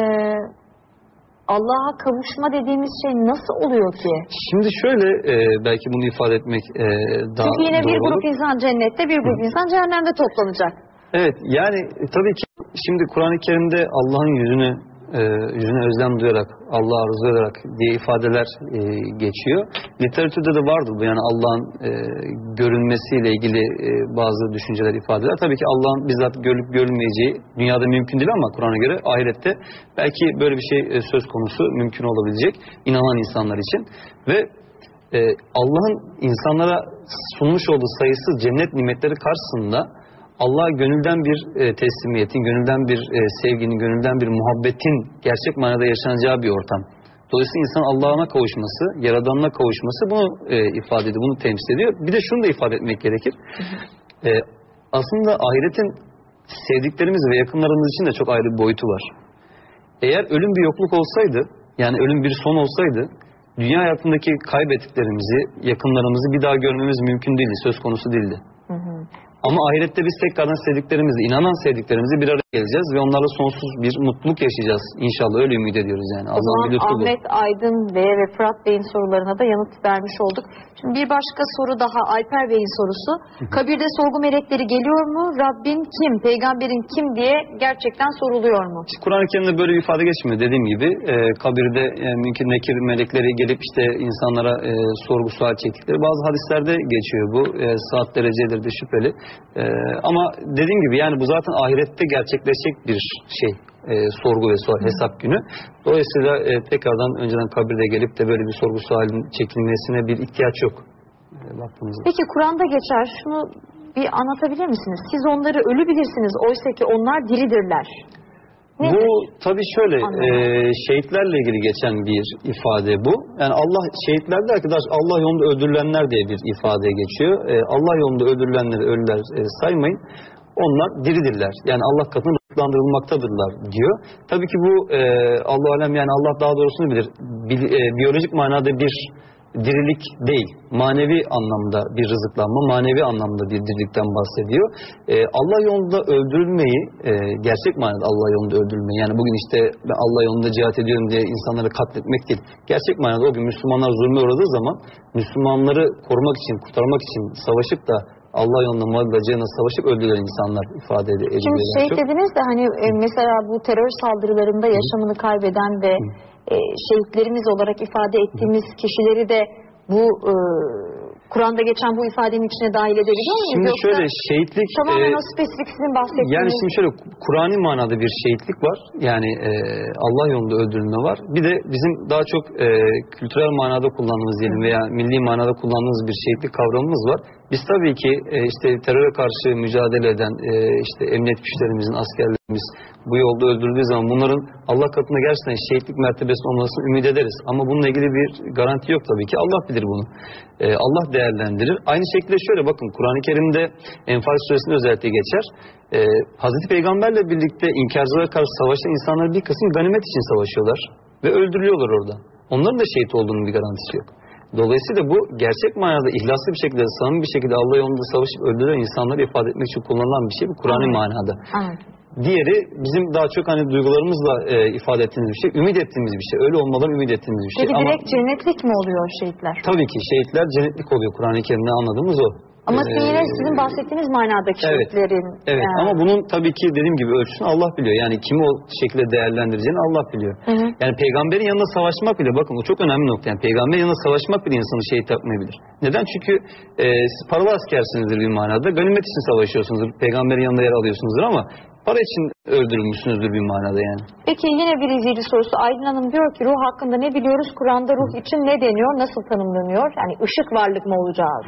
Speaker 1: Allah'a kavuşma dediğimiz şey nasıl oluyor ki?
Speaker 2: Şimdi şöyle belki bunu ifade etmek daha
Speaker 1: Çünkü yine
Speaker 2: doğru
Speaker 1: bir grup
Speaker 2: olur.
Speaker 1: insan cennette, bir grup insan cehennemde toplanacak.
Speaker 2: Evet yani tabii ki şimdi Kur'an-ı Kerim'de Allah'ın yüzüne özlem duyarak, Allah'a arzu ederek diye ifadeler geçiyor. Literatürde de vardır bu yani Allah'ın görünmesiyle ilgili bazı düşünceler, ifadeler. Tabii ki Allah'ın bizzat görülüp görülmeyeceği dünyada mümkün değil ama Kur'an'a göre ahirette belki böyle bir şey söz konusu mümkün olabilecek inanan insanlar için. Ve Allah'ın insanlara sunmuş olduğu sayısız cennet nimetleri karşısında Allah'a gönülden bir teslimiyetin, gönülden bir sevginin, gönülden bir muhabbetin gerçek manada yaşanacağı bir ortam. Dolayısıyla insan Allah'ına kavuşması, Yaradan'ına kavuşması bunu ifade ediyor, bunu temsil ediyor. Bir de şunu da ifade etmek gerekir. Aslında ahiretin sevdiklerimiz ve yakınlarımız için de çok ayrı bir boyutu var. Eğer ölüm bir yokluk olsaydı, yani ölüm bir son olsaydı, dünya hayatındaki kaybettiklerimizi, yakınlarımızı bir daha görmemiz mümkün değildi, söz konusu değildi. Ama ahirette biz tekrardan sevdiklerimizle, inanan sevdiklerimizle bir araya geleceğiz ve onlarla sonsuz bir mutluluk yaşayacağız. İnşallah öyle ümit ediyoruz yani.
Speaker 1: O zaman Ahmet Aydın Bey'e ve Fırat Bey'in sorularına da yanıt vermiş olduk. Şimdi bir başka soru daha Alper Bey'in sorusu. Kabirde sorgu melekleri geliyor mu? Rabbin kim? Peygamberin kim diye gerçekten soruluyor mu?
Speaker 2: Kur'an-ı Kerim'de böyle bir ifade geçmiyor. Dediğim gibi kabirde mümkün nekir melekleri gelip işte insanlara sorgu sual çektikleri bazı hadislerde geçiyor bu. Saat dereceleri de şüpheli. Ama dediğim gibi yani bu zaten ahirette gerçekleşecek bir şey. Sorgu ve sual, hesap günü. Dolayısıyla tekrardan önceden kabirde gelip de böyle bir sorgu sualin çekilmesine bir ihtiyaç yok. Baktığımızda.
Speaker 1: Peki Kur'an'da geçer. Şunu bir anlatabilir misiniz? Siz onları ölü bilirsiniz. Oysa ki onlar diridirler. Nedir?
Speaker 2: Bu tabii şöyle şehitlerle ilgili geçen bir ifade bu. Yani Allah şehitler der ki Allah yolunda öldürülenler diye bir ifade geçiyor. Allah yolunda öldürülenleri ölüler saymayın. Onlar diridirler. Yani Allah katında rızıklandırılmaktadırlar diyor. Tabii ki bu Allah alem yani Allah daha doğrusunu bilir. Biyolojik manada bir dirilik değil, manevi anlamda bir rızıklanma, manevi anlamda bir dirilikten bahsediyor. Allah yolunda öldürülmeyi, gerçek manada Allah yolunda öldürülmeyi, yani bugün işte ben Allah yolunda cihat ediyorum diye insanları katletmek değil. Gerçek manada o gün Müslümanlar zulme uğradığı zaman Müslümanları korumak için, kurtarmak için savaşıp da Allah yolunda malacağına savaşıp öldüren insanlar ifade ediyorlar.
Speaker 1: Şimdi şehit dediniz de hani mesela bu terör saldırılarında yaşamını kaybeden ve şehitlerimiz olarak ifade ettiğimiz kişileri de bu Kur'an'da geçen bu ifadenin içine dahil edebiliyor muyuz?
Speaker 2: Şimdi
Speaker 1: Yoksa
Speaker 2: şöyle şehitlik
Speaker 1: tamamen o spesifik sizin bahsettiğiniz.
Speaker 2: yani şimdi şöyle Kur'an'ı manada bir şehitlik var. Yani Allah yolunda öldürülme var. Bir de bizim daha çok kültürel manada kullandığımız diyelim veya milli manada kullandığımız bir şehitlik kavramımız var. Biz tabii ki işte teröre karşı mücadele eden işte emniyet güçlerimizin, askerlerimiz bu yolda öldürüldüğü zaman bunların Allah katında gerçekten şehitlik mertebesi olmasını ümit ederiz. Ama bununla ilgili bir garanti yok tabii ki. Allah bilir bunu. Allah değerlendirir. Aynı şekilde şöyle bakın Kur'an-ı Kerim'de Enfal suresinde özellikle geçer. Hazreti Peygamberle birlikte inkarcılara karşı savaşan insanlar bir kısım ganimet için savaşıyorlar ve öldürülüyorlar orada. Onların da şehit olduğunun bir garantisi yok. Dolayısıyla bu gerçek manada ihlaslı bir şekilde, samimi bir şekilde Allah yolunda savaşıp öldüren insanları ifade etmek için kullanılan bir şey bu Kur'an-ı manada. Diğeri bizim daha çok hani duygularımızla ifade ettiğimiz bir şey, ümit ettiğimiz bir şey. Öyle olmadan ümit ettiğimiz bir şey.
Speaker 1: Peki direkt cennetlik mi oluyor şehitler?
Speaker 2: Tabii ki şehitler cennetlik oluyor Kur'an-ı Kerim'de anladığımız o.
Speaker 1: Ama yine sizin bahsettiğiniz manadaki şehitlerin.
Speaker 2: Evet ama bunun tabii ki dediğim gibi ölçüsünü Allah biliyor. Yani kimi o şekilde değerlendireceğini Allah biliyor. Yani peygamberin yanında savaşmak bile bakın o çok önemli nokta. Yani peygamberin yanında savaşmak bile insanı şehit yapmayabilir. Neden? Çünkü siz paralı askersinizdir bir manada. Ganimet için savaşıyorsunuzdur. Peygamberin yanında yer alıyorsunuzdur ama para için öldürülmüşsünüzdür bir manada yani.
Speaker 1: Peki yine bir izleyici sorusu. Aydın Hanım diyor ki ruh hakkında ne biliyoruz? Kur'an'da ruh için ne deniyor? Nasıl tanımlanıyor? Yani ışık varlık mı olacağız?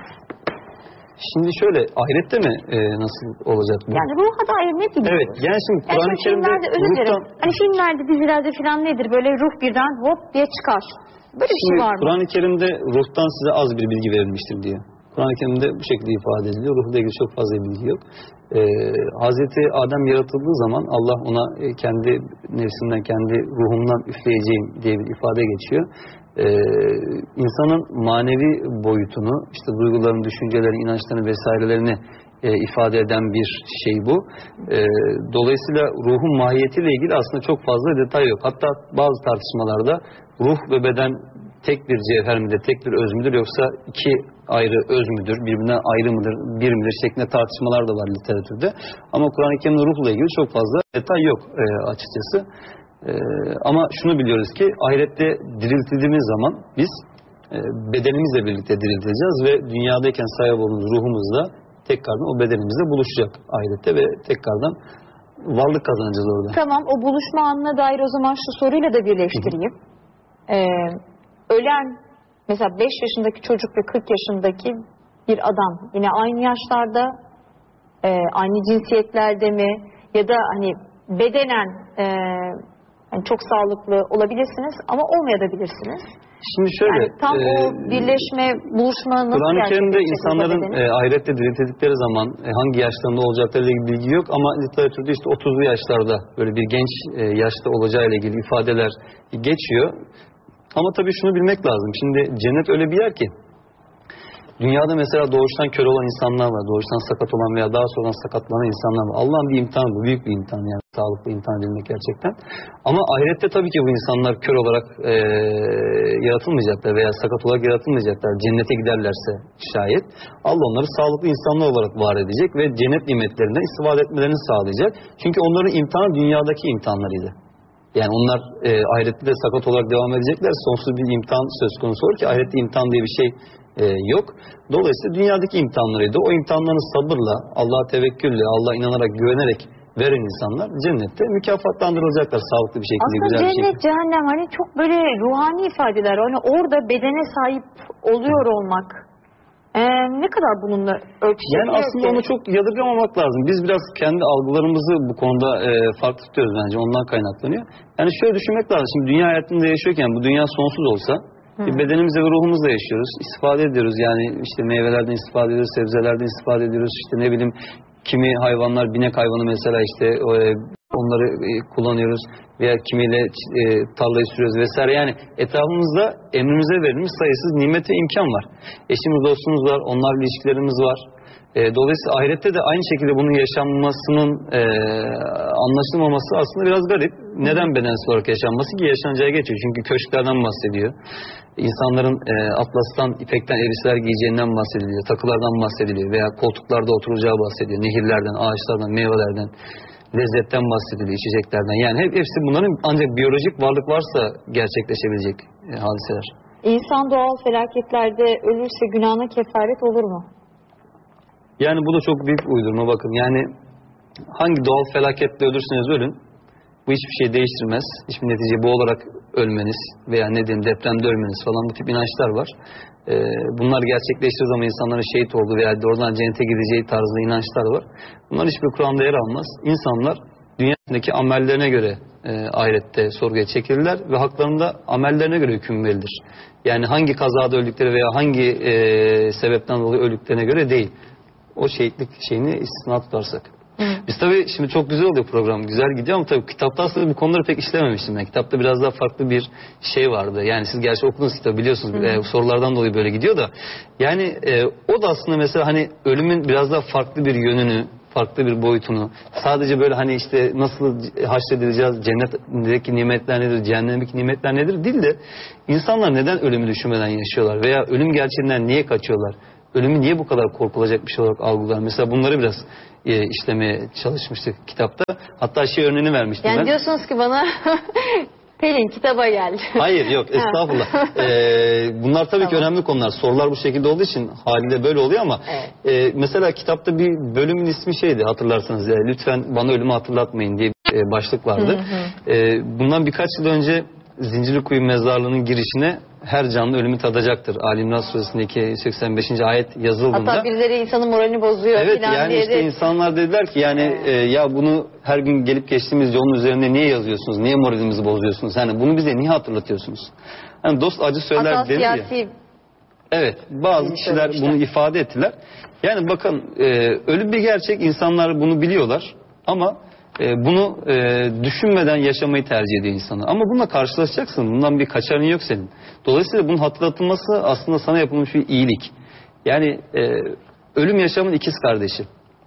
Speaker 2: Şimdi şöyle ahirette mi nasıl olacak bu?
Speaker 1: Yani ruha dair ne biliyoruz?
Speaker 2: Evet yani şimdi Kur'an-ı Kerim'de
Speaker 1: ruhtan... Hani filmlerde dizilerde falan nedir? Böyle ruh birden hop diye çıkar. Böyle bir şey var mı?
Speaker 2: Kur'an-ı Kerim'de ruhtan size az bir bilgi verilmiştir diye. Kur'an-ı Kerim'de bu şekilde ifade ediliyor. Ruhla ilgili çok fazla bilgi yok. Hazreti Adem yaratıldığı zaman Allah ona kendi nefsinden, kendi ruhumdan üfleyeceğim diye bir ifade geçiyor. İnsanın manevi boyutunu, işte duygularını, düşüncelerini, inançlarını vesairelerini ifade eden bir şey bu. Dolayısıyla ruhun mahiyetiyle ilgili aslında çok fazla detay yok. Hatta bazı tartışmalarda ruh ve beden tek bir cevher midir, tek bir öz müdür yoksa iki ayrı öz müdür, birbirinden ayrı mıdır, bir midir şeklinde tartışmalar da var literatürde. Ama Kur'an-ı Kerim'de ruhla ilgili çok fazla detay yok açıkçası. Ama şunu biliyoruz ki ahirette diriltildiğimiz zaman biz bedenimizle birlikte diriltileceğiz ve dünyadayken sahip olduğumuz ruhumuzla tekrardan o bedenimizle buluşacak ahirette ve tekrardan varlık kazanacağız orada.
Speaker 1: Tamam, o buluşma anına dair o zaman şu soruyla da birleştireyim. Ölen mesela 5 yaşındaki çocuk ve 40 yaşındaki bir adam yine aynı yaşlarda, aynı cinsiyetlerde mi ya da hani bedenen yani çok sağlıklı olabilirsiniz ama olmayabilirsiniz.
Speaker 2: Şimdi şöyle,
Speaker 1: yani tam o birleşme, buluşma nasıl
Speaker 2: Kur'an-ı Kerim'de insanların ahirette diriltildikleri zaman hangi yaşlarında olacaklarıyla ilgili bilgi yok ama literatürde işte 30'lu yaşlarda böyle bir genç yaşta olacağıyla ilgili ifadeler geçiyor. Ama tabii şunu bilmek lazım. Şimdi cennet öyle bir yer ki dünyada mesela doğuştan kör olan insanlar var. Doğuştan sakat olan veya daha sonra sakatlanan insanlar var. Allah'ın bir imtihanı bu. Büyük bir imtihan yani. Sağlıklı imtihan edilmek gerçekten. Ama ahirette tabii ki bu insanlar kör olarak yaratılmayacaklar veya sakat olarak yaratılmayacaklar. Cennete giderlerse şayet Allah onları sağlıklı insanlar olarak var edecek ve cennet nimetlerinden istifade etmelerini sağlayacak. Çünkü onların imtihanı dünyadaki imtihanlarıydı. Yani onlar ahirette de sakat olarak devam edecekler. Sonsuz bir imtihan söz konusu olur ki ahirette imtihan diye bir şey yok. Dolayısıyla dünyadaki imtihanlarıydı. O imtihanlarını sabırla, Allah'a tevekkülle, Allah'a inanarak, güvenerek veren insanlar cennette mükafatlandırılacaklar sağlıklı bir şekilde,
Speaker 1: aslında
Speaker 2: güzel bir şekilde.
Speaker 1: Cennet, cehennem hani çok böyle ruhani ifadeler. Hani orada bedene sahip oluyor olmak. Ne kadar bununla ölçecek?
Speaker 2: Yani aslında onu çok yadırgamamak lazım. Biz biraz kendi algılarımızı bu konuda farklı tutuyoruz bence. Ondan kaynaklanıyor. Yani şöyle düşünmek lazım. Şimdi dünya hayatında yaşıyorken bu dünya sonsuz olsa bedenimizle ve ruhumuzla yaşıyoruz. İstifade ediyoruz. Yani işte meyvelerden istifade ediyoruz, sebzelerden istifade ediyoruz. İşte ne bileyim kimi hayvanlar, binek hayvanı mesela işte onları kullanıyoruz veya kimiyle tarlayı sürüyoruz vesaire. Yani etrafımızda emrimize verilmiş sayısız nimet ve imkan var. Eşimiz, dostumuz var, onlarla ilişkilerimiz var. Dolayısıyla ahirette de aynı şekilde bunun yaşanmasının anlaşılmaması aslında biraz garip. Neden bedensel olarak yaşanması ki yaşanacağı geçiyor. Çünkü köşklerden bahsediyor. İnsanların atlastan, ipekten elbiseler giyeceğinden bahsediliyor. Takılardan bahsediliyor veya koltuklarda oturacağı bahsediliyor. Nehirlerden, ağaçlardan, meyvelerden, lezzetten bahsediliyor, içeceklerden. Yani hepsi bunların ancak biyolojik varlık varsa gerçekleşebilecek hadiseler.
Speaker 1: İnsan doğal felaketlerde ölürse günahına kefaret olur mu?
Speaker 2: Yani bu da çok büyük uydurma bakın. Yani hangi doğal felaketle ölürseniz ölün, bu hiçbir şey değiştirmez. Hiçbir netice bu olarak ölmeniz veya ne diyeyim depremde ölmeniz falan bu tip inançlar var. Bunlar gerçekleştiği zaman insanların şehit olduğu veya oradan cennete gideceği tarzda inançlar var. Bunlar hiçbir Kur'an'da yer almaz. İnsanlar dünyadaki amellerine göre ahirette sorguya çekilirler ve haklarında amellerine göre hüküm verilir. Yani hangi kazada öldükleri veya hangi sebepten dolayı öldüklerine göre değil. O şehitlik şeyini istisna tutarsak. Biz tabii şimdi çok güzel oluyor program. Güzel gidiyor ama tabii kitapta aslında bu konuları pek işlememiştim ben. Kitapta biraz daha farklı bir şey vardı. Yani siz gerçi okudunuz kitabı biliyorsunuz. Sorulardan dolayı böyle gidiyor da. Yani o da aslında mesela hani ölümün biraz daha farklı bir yönünü, farklı bir boyutunu, sadece böyle hani işte nasıl haşredileceğiz, cennetteki nimetler nedir, cehennemdeki nimetler nedir değil de insanlar neden ölümü düşünmeden yaşıyorlar veya ölüm gerçeğinden niye kaçıyorlar? Ölümü niye bu kadar korkulacak bir şey olarak algılar? Mesela bunları biraz işlemeye çalışmıştık kitapta. Hatta şey örneğini vermiştim
Speaker 1: yani
Speaker 2: ben.
Speaker 1: Diyorsunuz ki bana Pelin kitaba gel.
Speaker 2: Hayır yok estağfurullah. Bunlar tabii ki önemli konular. Sorular bu şekilde olduğu için haliyle böyle oluyor ama mesela kitapta bir bölümün ismi şeydi hatırlarsanız. Lütfen bana ölümü hatırlatmayın diye bir başlık vardı. Bundan birkaç yıl önce Zincirlikuyu mezarlığının girişine her canlı ölümü tadacaktır. Ali İmran Suresi'ndeki 85. ayet yazıldığında.
Speaker 1: Hatta birileri insanın moralini bozuyor.
Speaker 2: Evet yani
Speaker 1: diye
Speaker 2: işte insanlar dediler ki yani ya bunu her gün gelip geçtiğimiz yolun üzerinde niye yazıyorsunuz? Niye moralimizi bozuyorsunuz? Yani bunu bize niye hatırlatıyorsunuz? Yani dost acı söyler
Speaker 1: hatta
Speaker 2: dedi
Speaker 1: siyasi
Speaker 2: ya. Evet bazı kişiler bunu ifade ettiler. Yani bakın ölüm bir gerçek, insanlar bunu biliyorlar ama bunu düşünmeden yaşamayı tercih ediyor insanlar. Ama bununla karşılaşacaksın. Bundan bir kaçarın yok senin. Dolayısıyla bunun hatırlatılması aslında sana yapılmış bir iyilik. Yani ölüm yaşamın ikiz kardeşi.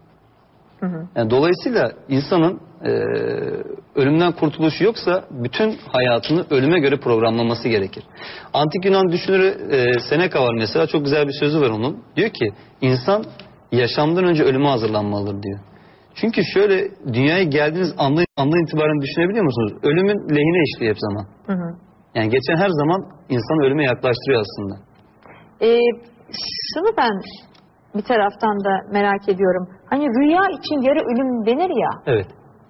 Speaker 2: Yani dolayısıyla insanın ölümden kurtuluşu yoksa bütün hayatını ölüme göre programlaması gerekir. Antik Yunan düşünürü Seneca var mesela. Çok güzel bir sözü var onun. Diyor ki insan yaşamdan önce ölüme hazırlanmalıdır diyor. Çünkü şöyle dünyaya geldiğiniz andan itibaren düşünebiliyor musunuz? Ölümün lehine işliyor hep zaman. Yani geçen her zaman insanı ölüme yaklaştırıyor aslında.
Speaker 1: Şunu ben bir taraftan da merak ediyorum. Hani rüya için yarı ölüm denir ya.
Speaker 2: Evet.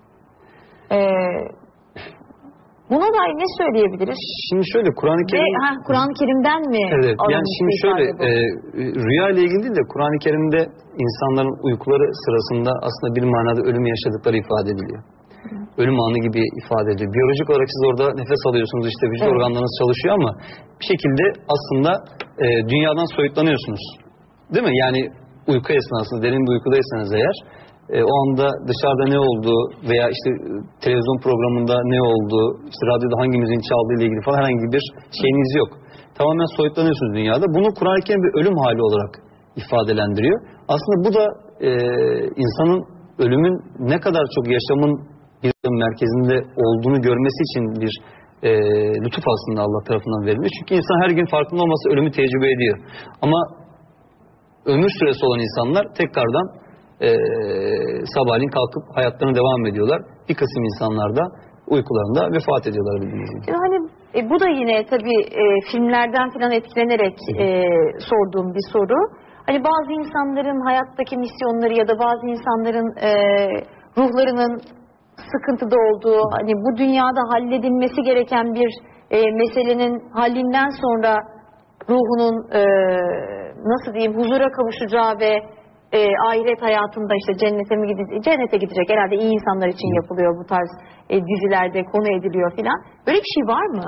Speaker 1: Buna dair ne söyleyebiliriz?
Speaker 2: Şimdi şöyle Kur'an-ı Kerim...
Speaker 1: Kur'an-ı Kerim'den mi?
Speaker 2: Evet yani şimdi şöyle rüya ile ilgili değil de Kur'an-ı Kerim'de insanların uykuları sırasında aslında bir manada ölümü yaşadıkları ifade ediliyor. Ölüm anı gibi ifade ediliyor. Biyolojik olarak siz orada nefes alıyorsunuz işte vücut organlarınız çalışıyor ama bir şekilde aslında dünyadan soyutlanıyorsunuz. Değil mi? Yani uyku esnasında derin bir uykudaysanız eğer o anda dışarıda ne olduğu veya işte televizyon programında ne olduğu, işte radyoda hangi müziğin çaldığı ile ilgili falan herhangi bir şeyiniz yok. Tamamen soyutlanıyorsunuz dünyada. Bunu Kur'an-ı Kerim bir ölüm hali olarak ifadelendiriyor. Aslında bu da insanın ölümün ne kadar çok yaşamın bir merkezinde olduğunu görmesi için bir lütuf aslında Allah tarafından verilmiş. Çünkü insan her gün farkında olması ölümü tecrübe ediyor. Ama ömür süresi olan insanlar tekrardan sabahleyin kalkıp hayatlarına devam ediyorlar. Bir kısım insanlar da uykularında vefat ediyorlar bildiğiniz gibi.
Speaker 1: Hani bu da yine tabii filmlerden falan etkilenerek sorduğum bir soru. Hani bazı insanların hayattaki misyonları ya da bazı insanların ruhlarının sıkıntıda olduğu, hani bu dünyada halledilmesi gereken bir meselenin hallinden sonra ruhunun nasıl diyeyim huzura kavuşacağı ve ahiret hayatında işte cennete gidecek herhalde iyi insanlar için yapılıyor bu tarz dizilerde konu ediliyor filan. Böyle bir şey var mı?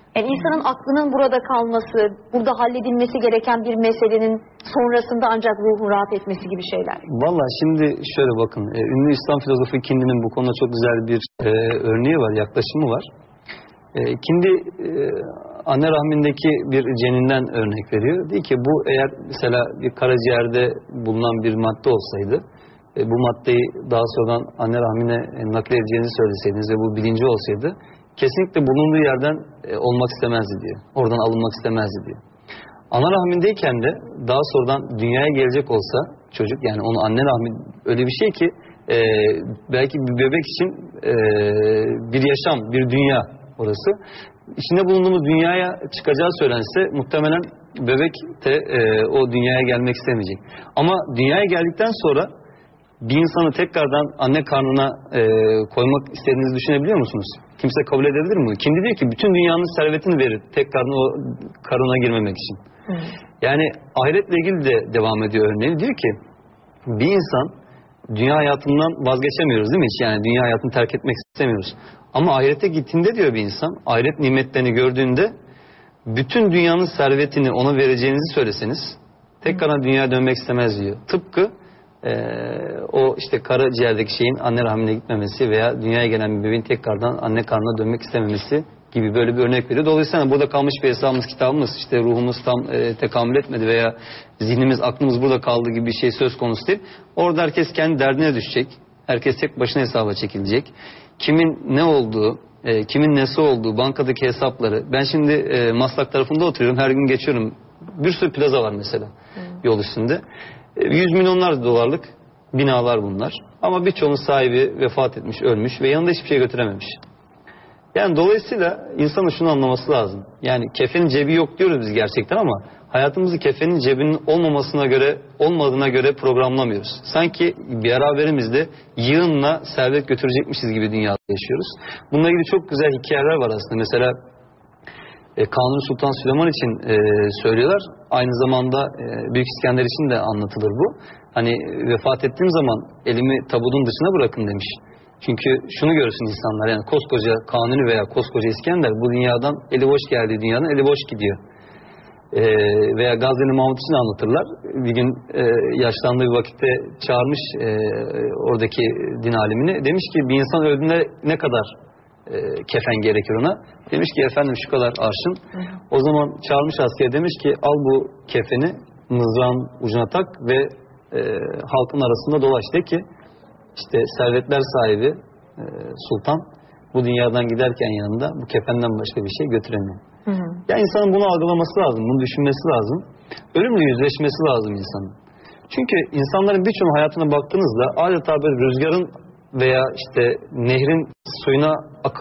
Speaker 1: Yani insanın aklının burada kalması, burada halledilmesi gereken bir meselenin sonrasında ancak ruhun rahat etmesi gibi şeyler.
Speaker 2: Valla şimdi şöyle bakın, ünlü İslam filozofu Kindi'nin bu konuda çok güzel bir örneği var, yaklaşımı var. Kindi anne rahmindeki bir ceninden örnek veriyor. Diyor ki bu eğer mesela bir karaciğerde bulunan bir madde olsaydı, bu maddeyi daha sonradan anne rahmine nakledeceğinizi söyleseydiniz ve bu bilinci olsaydı, kesinlikle bulunduğu yerden olmak istemezdi diyor. Oradan alınmak istemezdi diyor. Ana rahmindeyken de daha sonradan dünyaya gelecek olsa çocuk, yani onu anne rahmi öyle bir şey ki belki bir bebek için bir yaşam, bir dünya orası. İçinde bulunduğumuz dünyaya çıkacağı söylense muhtemelen bebek de o dünyaya gelmek istemeyecek. Ama dünyaya geldikten sonra bir insanı tekrardan anne karnına koymak istediğinizi düşünebiliyor musunuz? Kimse kabul edebilir mi? Kindi diyor ki bütün dünyanın servetini verir tekrardan o karına girmemek için. Yani ahiretle ilgili de devam ediyor örneğin. Diyor ki bir insan dünya hayatından vazgeçemiyoruz değil mi hiç? Yani dünya hayatını terk etmek istemiyoruz. Ama ahirete gittiğinde diyor bir insan, ahiret nimetlerini gördüğünde bütün dünyanın servetini ona vereceğinizi söyleseniz tekrardan dünyaya dönmek istemez diyor. Tıpkı o işte karaciğerdeki şeyin anne rahmine gitmemesi veya dünyaya gelen bir bebeğin tekrardan anne karnına dönmek istememesi gibi böyle bir örnek veriyor. Dolayısıyla burada kalmış bir hesabımız, kitabımız, işte ruhumuz tam tekamül etmedi veya zihnimiz, aklımız burada kaldı gibi bir şey söz konusu değil. Orada herkes kendi derdine düşecek. Herkes tek başına hesaba çekilecek. Kimin ne olduğu, kimin nesi olduğu, bankadaki hesapları. Ben şimdi Maslak tarafında oturuyorum. Her gün geçiyorum. Bir sürü plaza var mesela yol üstünde. 100 milyonlarca dolarlık binalar bunlar. Ama birçoğunun sahibi vefat etmiş, ölmüş ve yanında hiçbir şey götürememiş. Yani dolayısıyla insanın şunu anlaması lazım. Yani kefenin cebi yok diyoruz biz gerçekten ama hayatımızı kefenin cebinin olmadığına göre programlamıyoruz. Sanki beraberimizde yığınla servet götürecekmişiz gibi dünyada yaşıyoruz. Bununla ilgili çok güzel hikayeler var aslında. Mesela Kanuni Sultan Süleyman için söylüyorlar. Aynı zamanda Büyük İskender için de anlatılır bu. Hani vefat ettiğim zaman elimi tabutun dışına bırakın demiş. Çünkü şunu görsün insanlar, yani koskoca Kanuni veya koskoca İskender bu dünyadan eli boş geldiği dünyadan eli boş gidiyor. Veya Gazneli Mahmut için anlatırlar. Bir gün yaşlandığı bir vakitte çağırmış oradaki din alimini. Demiş ki bir insan öldüğünde ne kadar kefen gerekir ona? Demiş ki efendim şu kadar arşın. O zaman çağırmış asker, demiş ki al bu kefeni mızrağın ucuna tak ve halkın arasında dolaş, de ki işte servetler sahibi sultan bu dünyadan giderken yanında bu kefenden başka bir şey götüremiyor. Yani insanın bunu algılaması lazım, bunu düşünmesi lazım. Ölümle yüzleşmesi lazım insanın. Çünkü insanların birçoğunun hayatına baktığınızda adeta böyle rüzgarın veya işte nehrin suyuna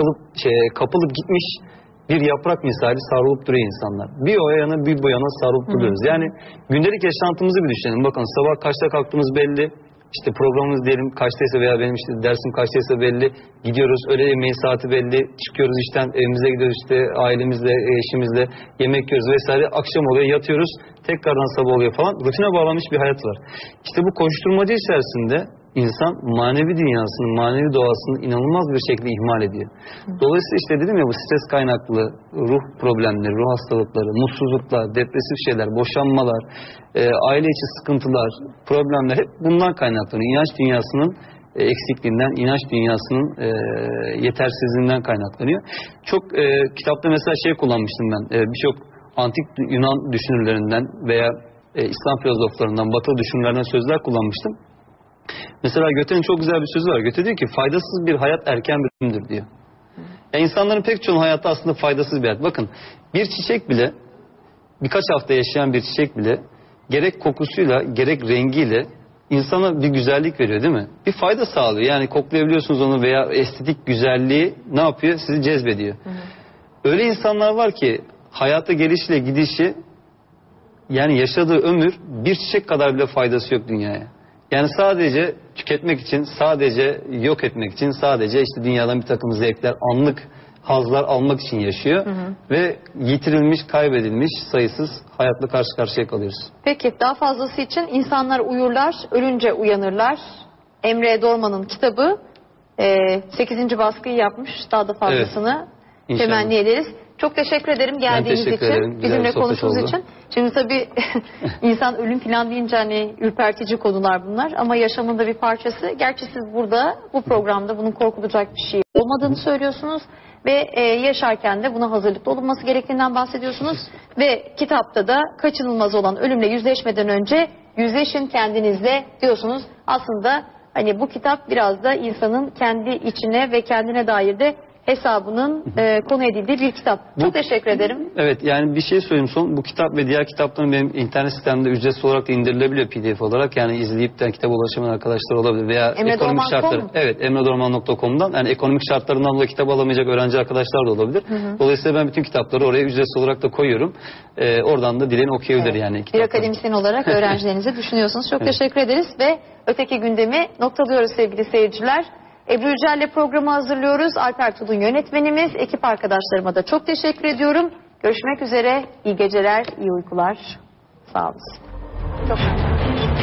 Speaker 2: kapılıp gitmiş bir yaprak misali savrulup duruyor insanlar. Bir o yana bir bu yana savrulup duruyoruz. Yani gündelik yaşantımızı bir düşünelim. Bakın sabah kaçta kalktığımız belli. İşte programımız diyelim kaçtaysa veya benim işte dersim kaçtaysa belli. Gidiyoruz, öğle yemeği saati belli. Çıkıyoruz işten, evimize gidiyoruz, işte ailemizle, eşimizle yemek yiyoruz vesaire. Akşam oluyor, yatıyoruz. Tekrardan sabah oluyor falan. Rutine bağlanmış bir hayat var. İşte bu koşturmacı içerisinde insan manevi dünyasını, manevi doğasını inanılmaz bir şekilde ihmal ediyor. Dolayısıyla işte dedim ya, bu stres kaynaklı ruh problemleri, ruh hastalıkları, mutsuzluklar, depresif şeyler, boşanmalar, aile içi sıkıntılar, problemler hep bundan kaynaklanıyor. İnanç dünyasının eksikliğinden, inanç dünyasının yetersizliğinden kaynaklanıyor. Çok kitapta mesela kullanmıştım ben. Birçok antik Yunan düşünürlerinden veya İslam filozoflarından, Batı düşünürlerinden sözler kullanmıştım. Mesela Göte'nin çok güzel bir sözü var. Göte diyor ki faydasız bir hayat erken bir ölümdür diyor. Yani insanların pek çoğunun hayatı aslında faydasız bir hayat. Bakın bir çiçek bile, birkaç hafta yaşayan bir çiçek bile gerek kokusuyla gerek rengiyle insana bir güzellik veriyor değil mi? Bir fayda sağlıyor. Yani koklayabiliyorsunuz onu veya estetik güzelliği ne yapıyor? Sizi cezbediyor. Öyle insanlar var ki hayata gelişiyle gidişi, yani yaşadığı ömür bir çiçek kadar bile faydası yok dünyaya. Yani sadece tüketmek için, sadece yok etmek için, sadece işte dünyadan bir takım zevkler, anlık hazlar almak için yaşıyor. Ve yitirilmiş, kaybedilmiş sayısız hayatla karşı karşıya kalıyoruz. Peki
Speaker 1: daha fazlası için insanlar uyurlar, ölünce uyanırlar. Emre Dorman'ın kitabı 8. baskıyı yapmış. Daha da fazlasını temenni ederiz. Çok teşekkür ederim geldiğiniz
Speaker 2: teşekkür
Speaker 1: için,
Speaker 2: ederim. Güzel bir
Speaker 1: bizimle
Speaker 2: sohbet
Speaker 1: konuştuğunuz
Speaker 2: oldu.
Speaker 1: için. Şimdi tabii insan ölüm falan deyince hani ürpertici konular bunlar ama yaşamın da bir parçası. Gerçi siz burada bu programda bunun korkulacak bir şey olmadığını söylüyorsunuz ve yaşarken de buna hazırlıklı olunması gerektiğinden bahsediyorsunuz ve kitapta da kaçınılmaz olan ölümle yüzleşmeden önce yüzleşin kendinizle diyorsunuz. Aslında hani bu kitap biraz da insanın kendi içine ve kendine dair de hesabının konu edildiği bir kitap. Çok teşekkür ederim.
Speaker 2: Evet, yani bir şey söyleyeyim son. Bu kitap ve diğer kitapların benim internet sitemde ücretsiz olarak da indirilebiliyor PDF olarak. Yani izleyip de kitaba ulaşamayan arkadaşlar olabilir. Veya ekonomik şartlar. Evet, emredorman.com'dan. Yani ekonomik şartlarından dolayı kitap alamayacak öğrenci arkadaşlar da olabilir. Dolayısıyla ben bütün kitapları oraya ücretsiz olarak da koyuyorum. Oradan da dileyen okuyabilir yani.
Speaker 1: Bir akademisyen olarak öğrencilerinizi düşünüyorsunuz. Çok teşekkür ederiz ve öteki gündemi noktalıyoruz sevgili seyirciler. Ebru Yücel'le programı hazırlıyoruz. Alper Tudun yönetmenimiz. Ekip arkadaşlarıma da çok teşekkür ediyorum. Görüşmek üzere. İyi geceler, iyi uykular. Sağ olun. Çok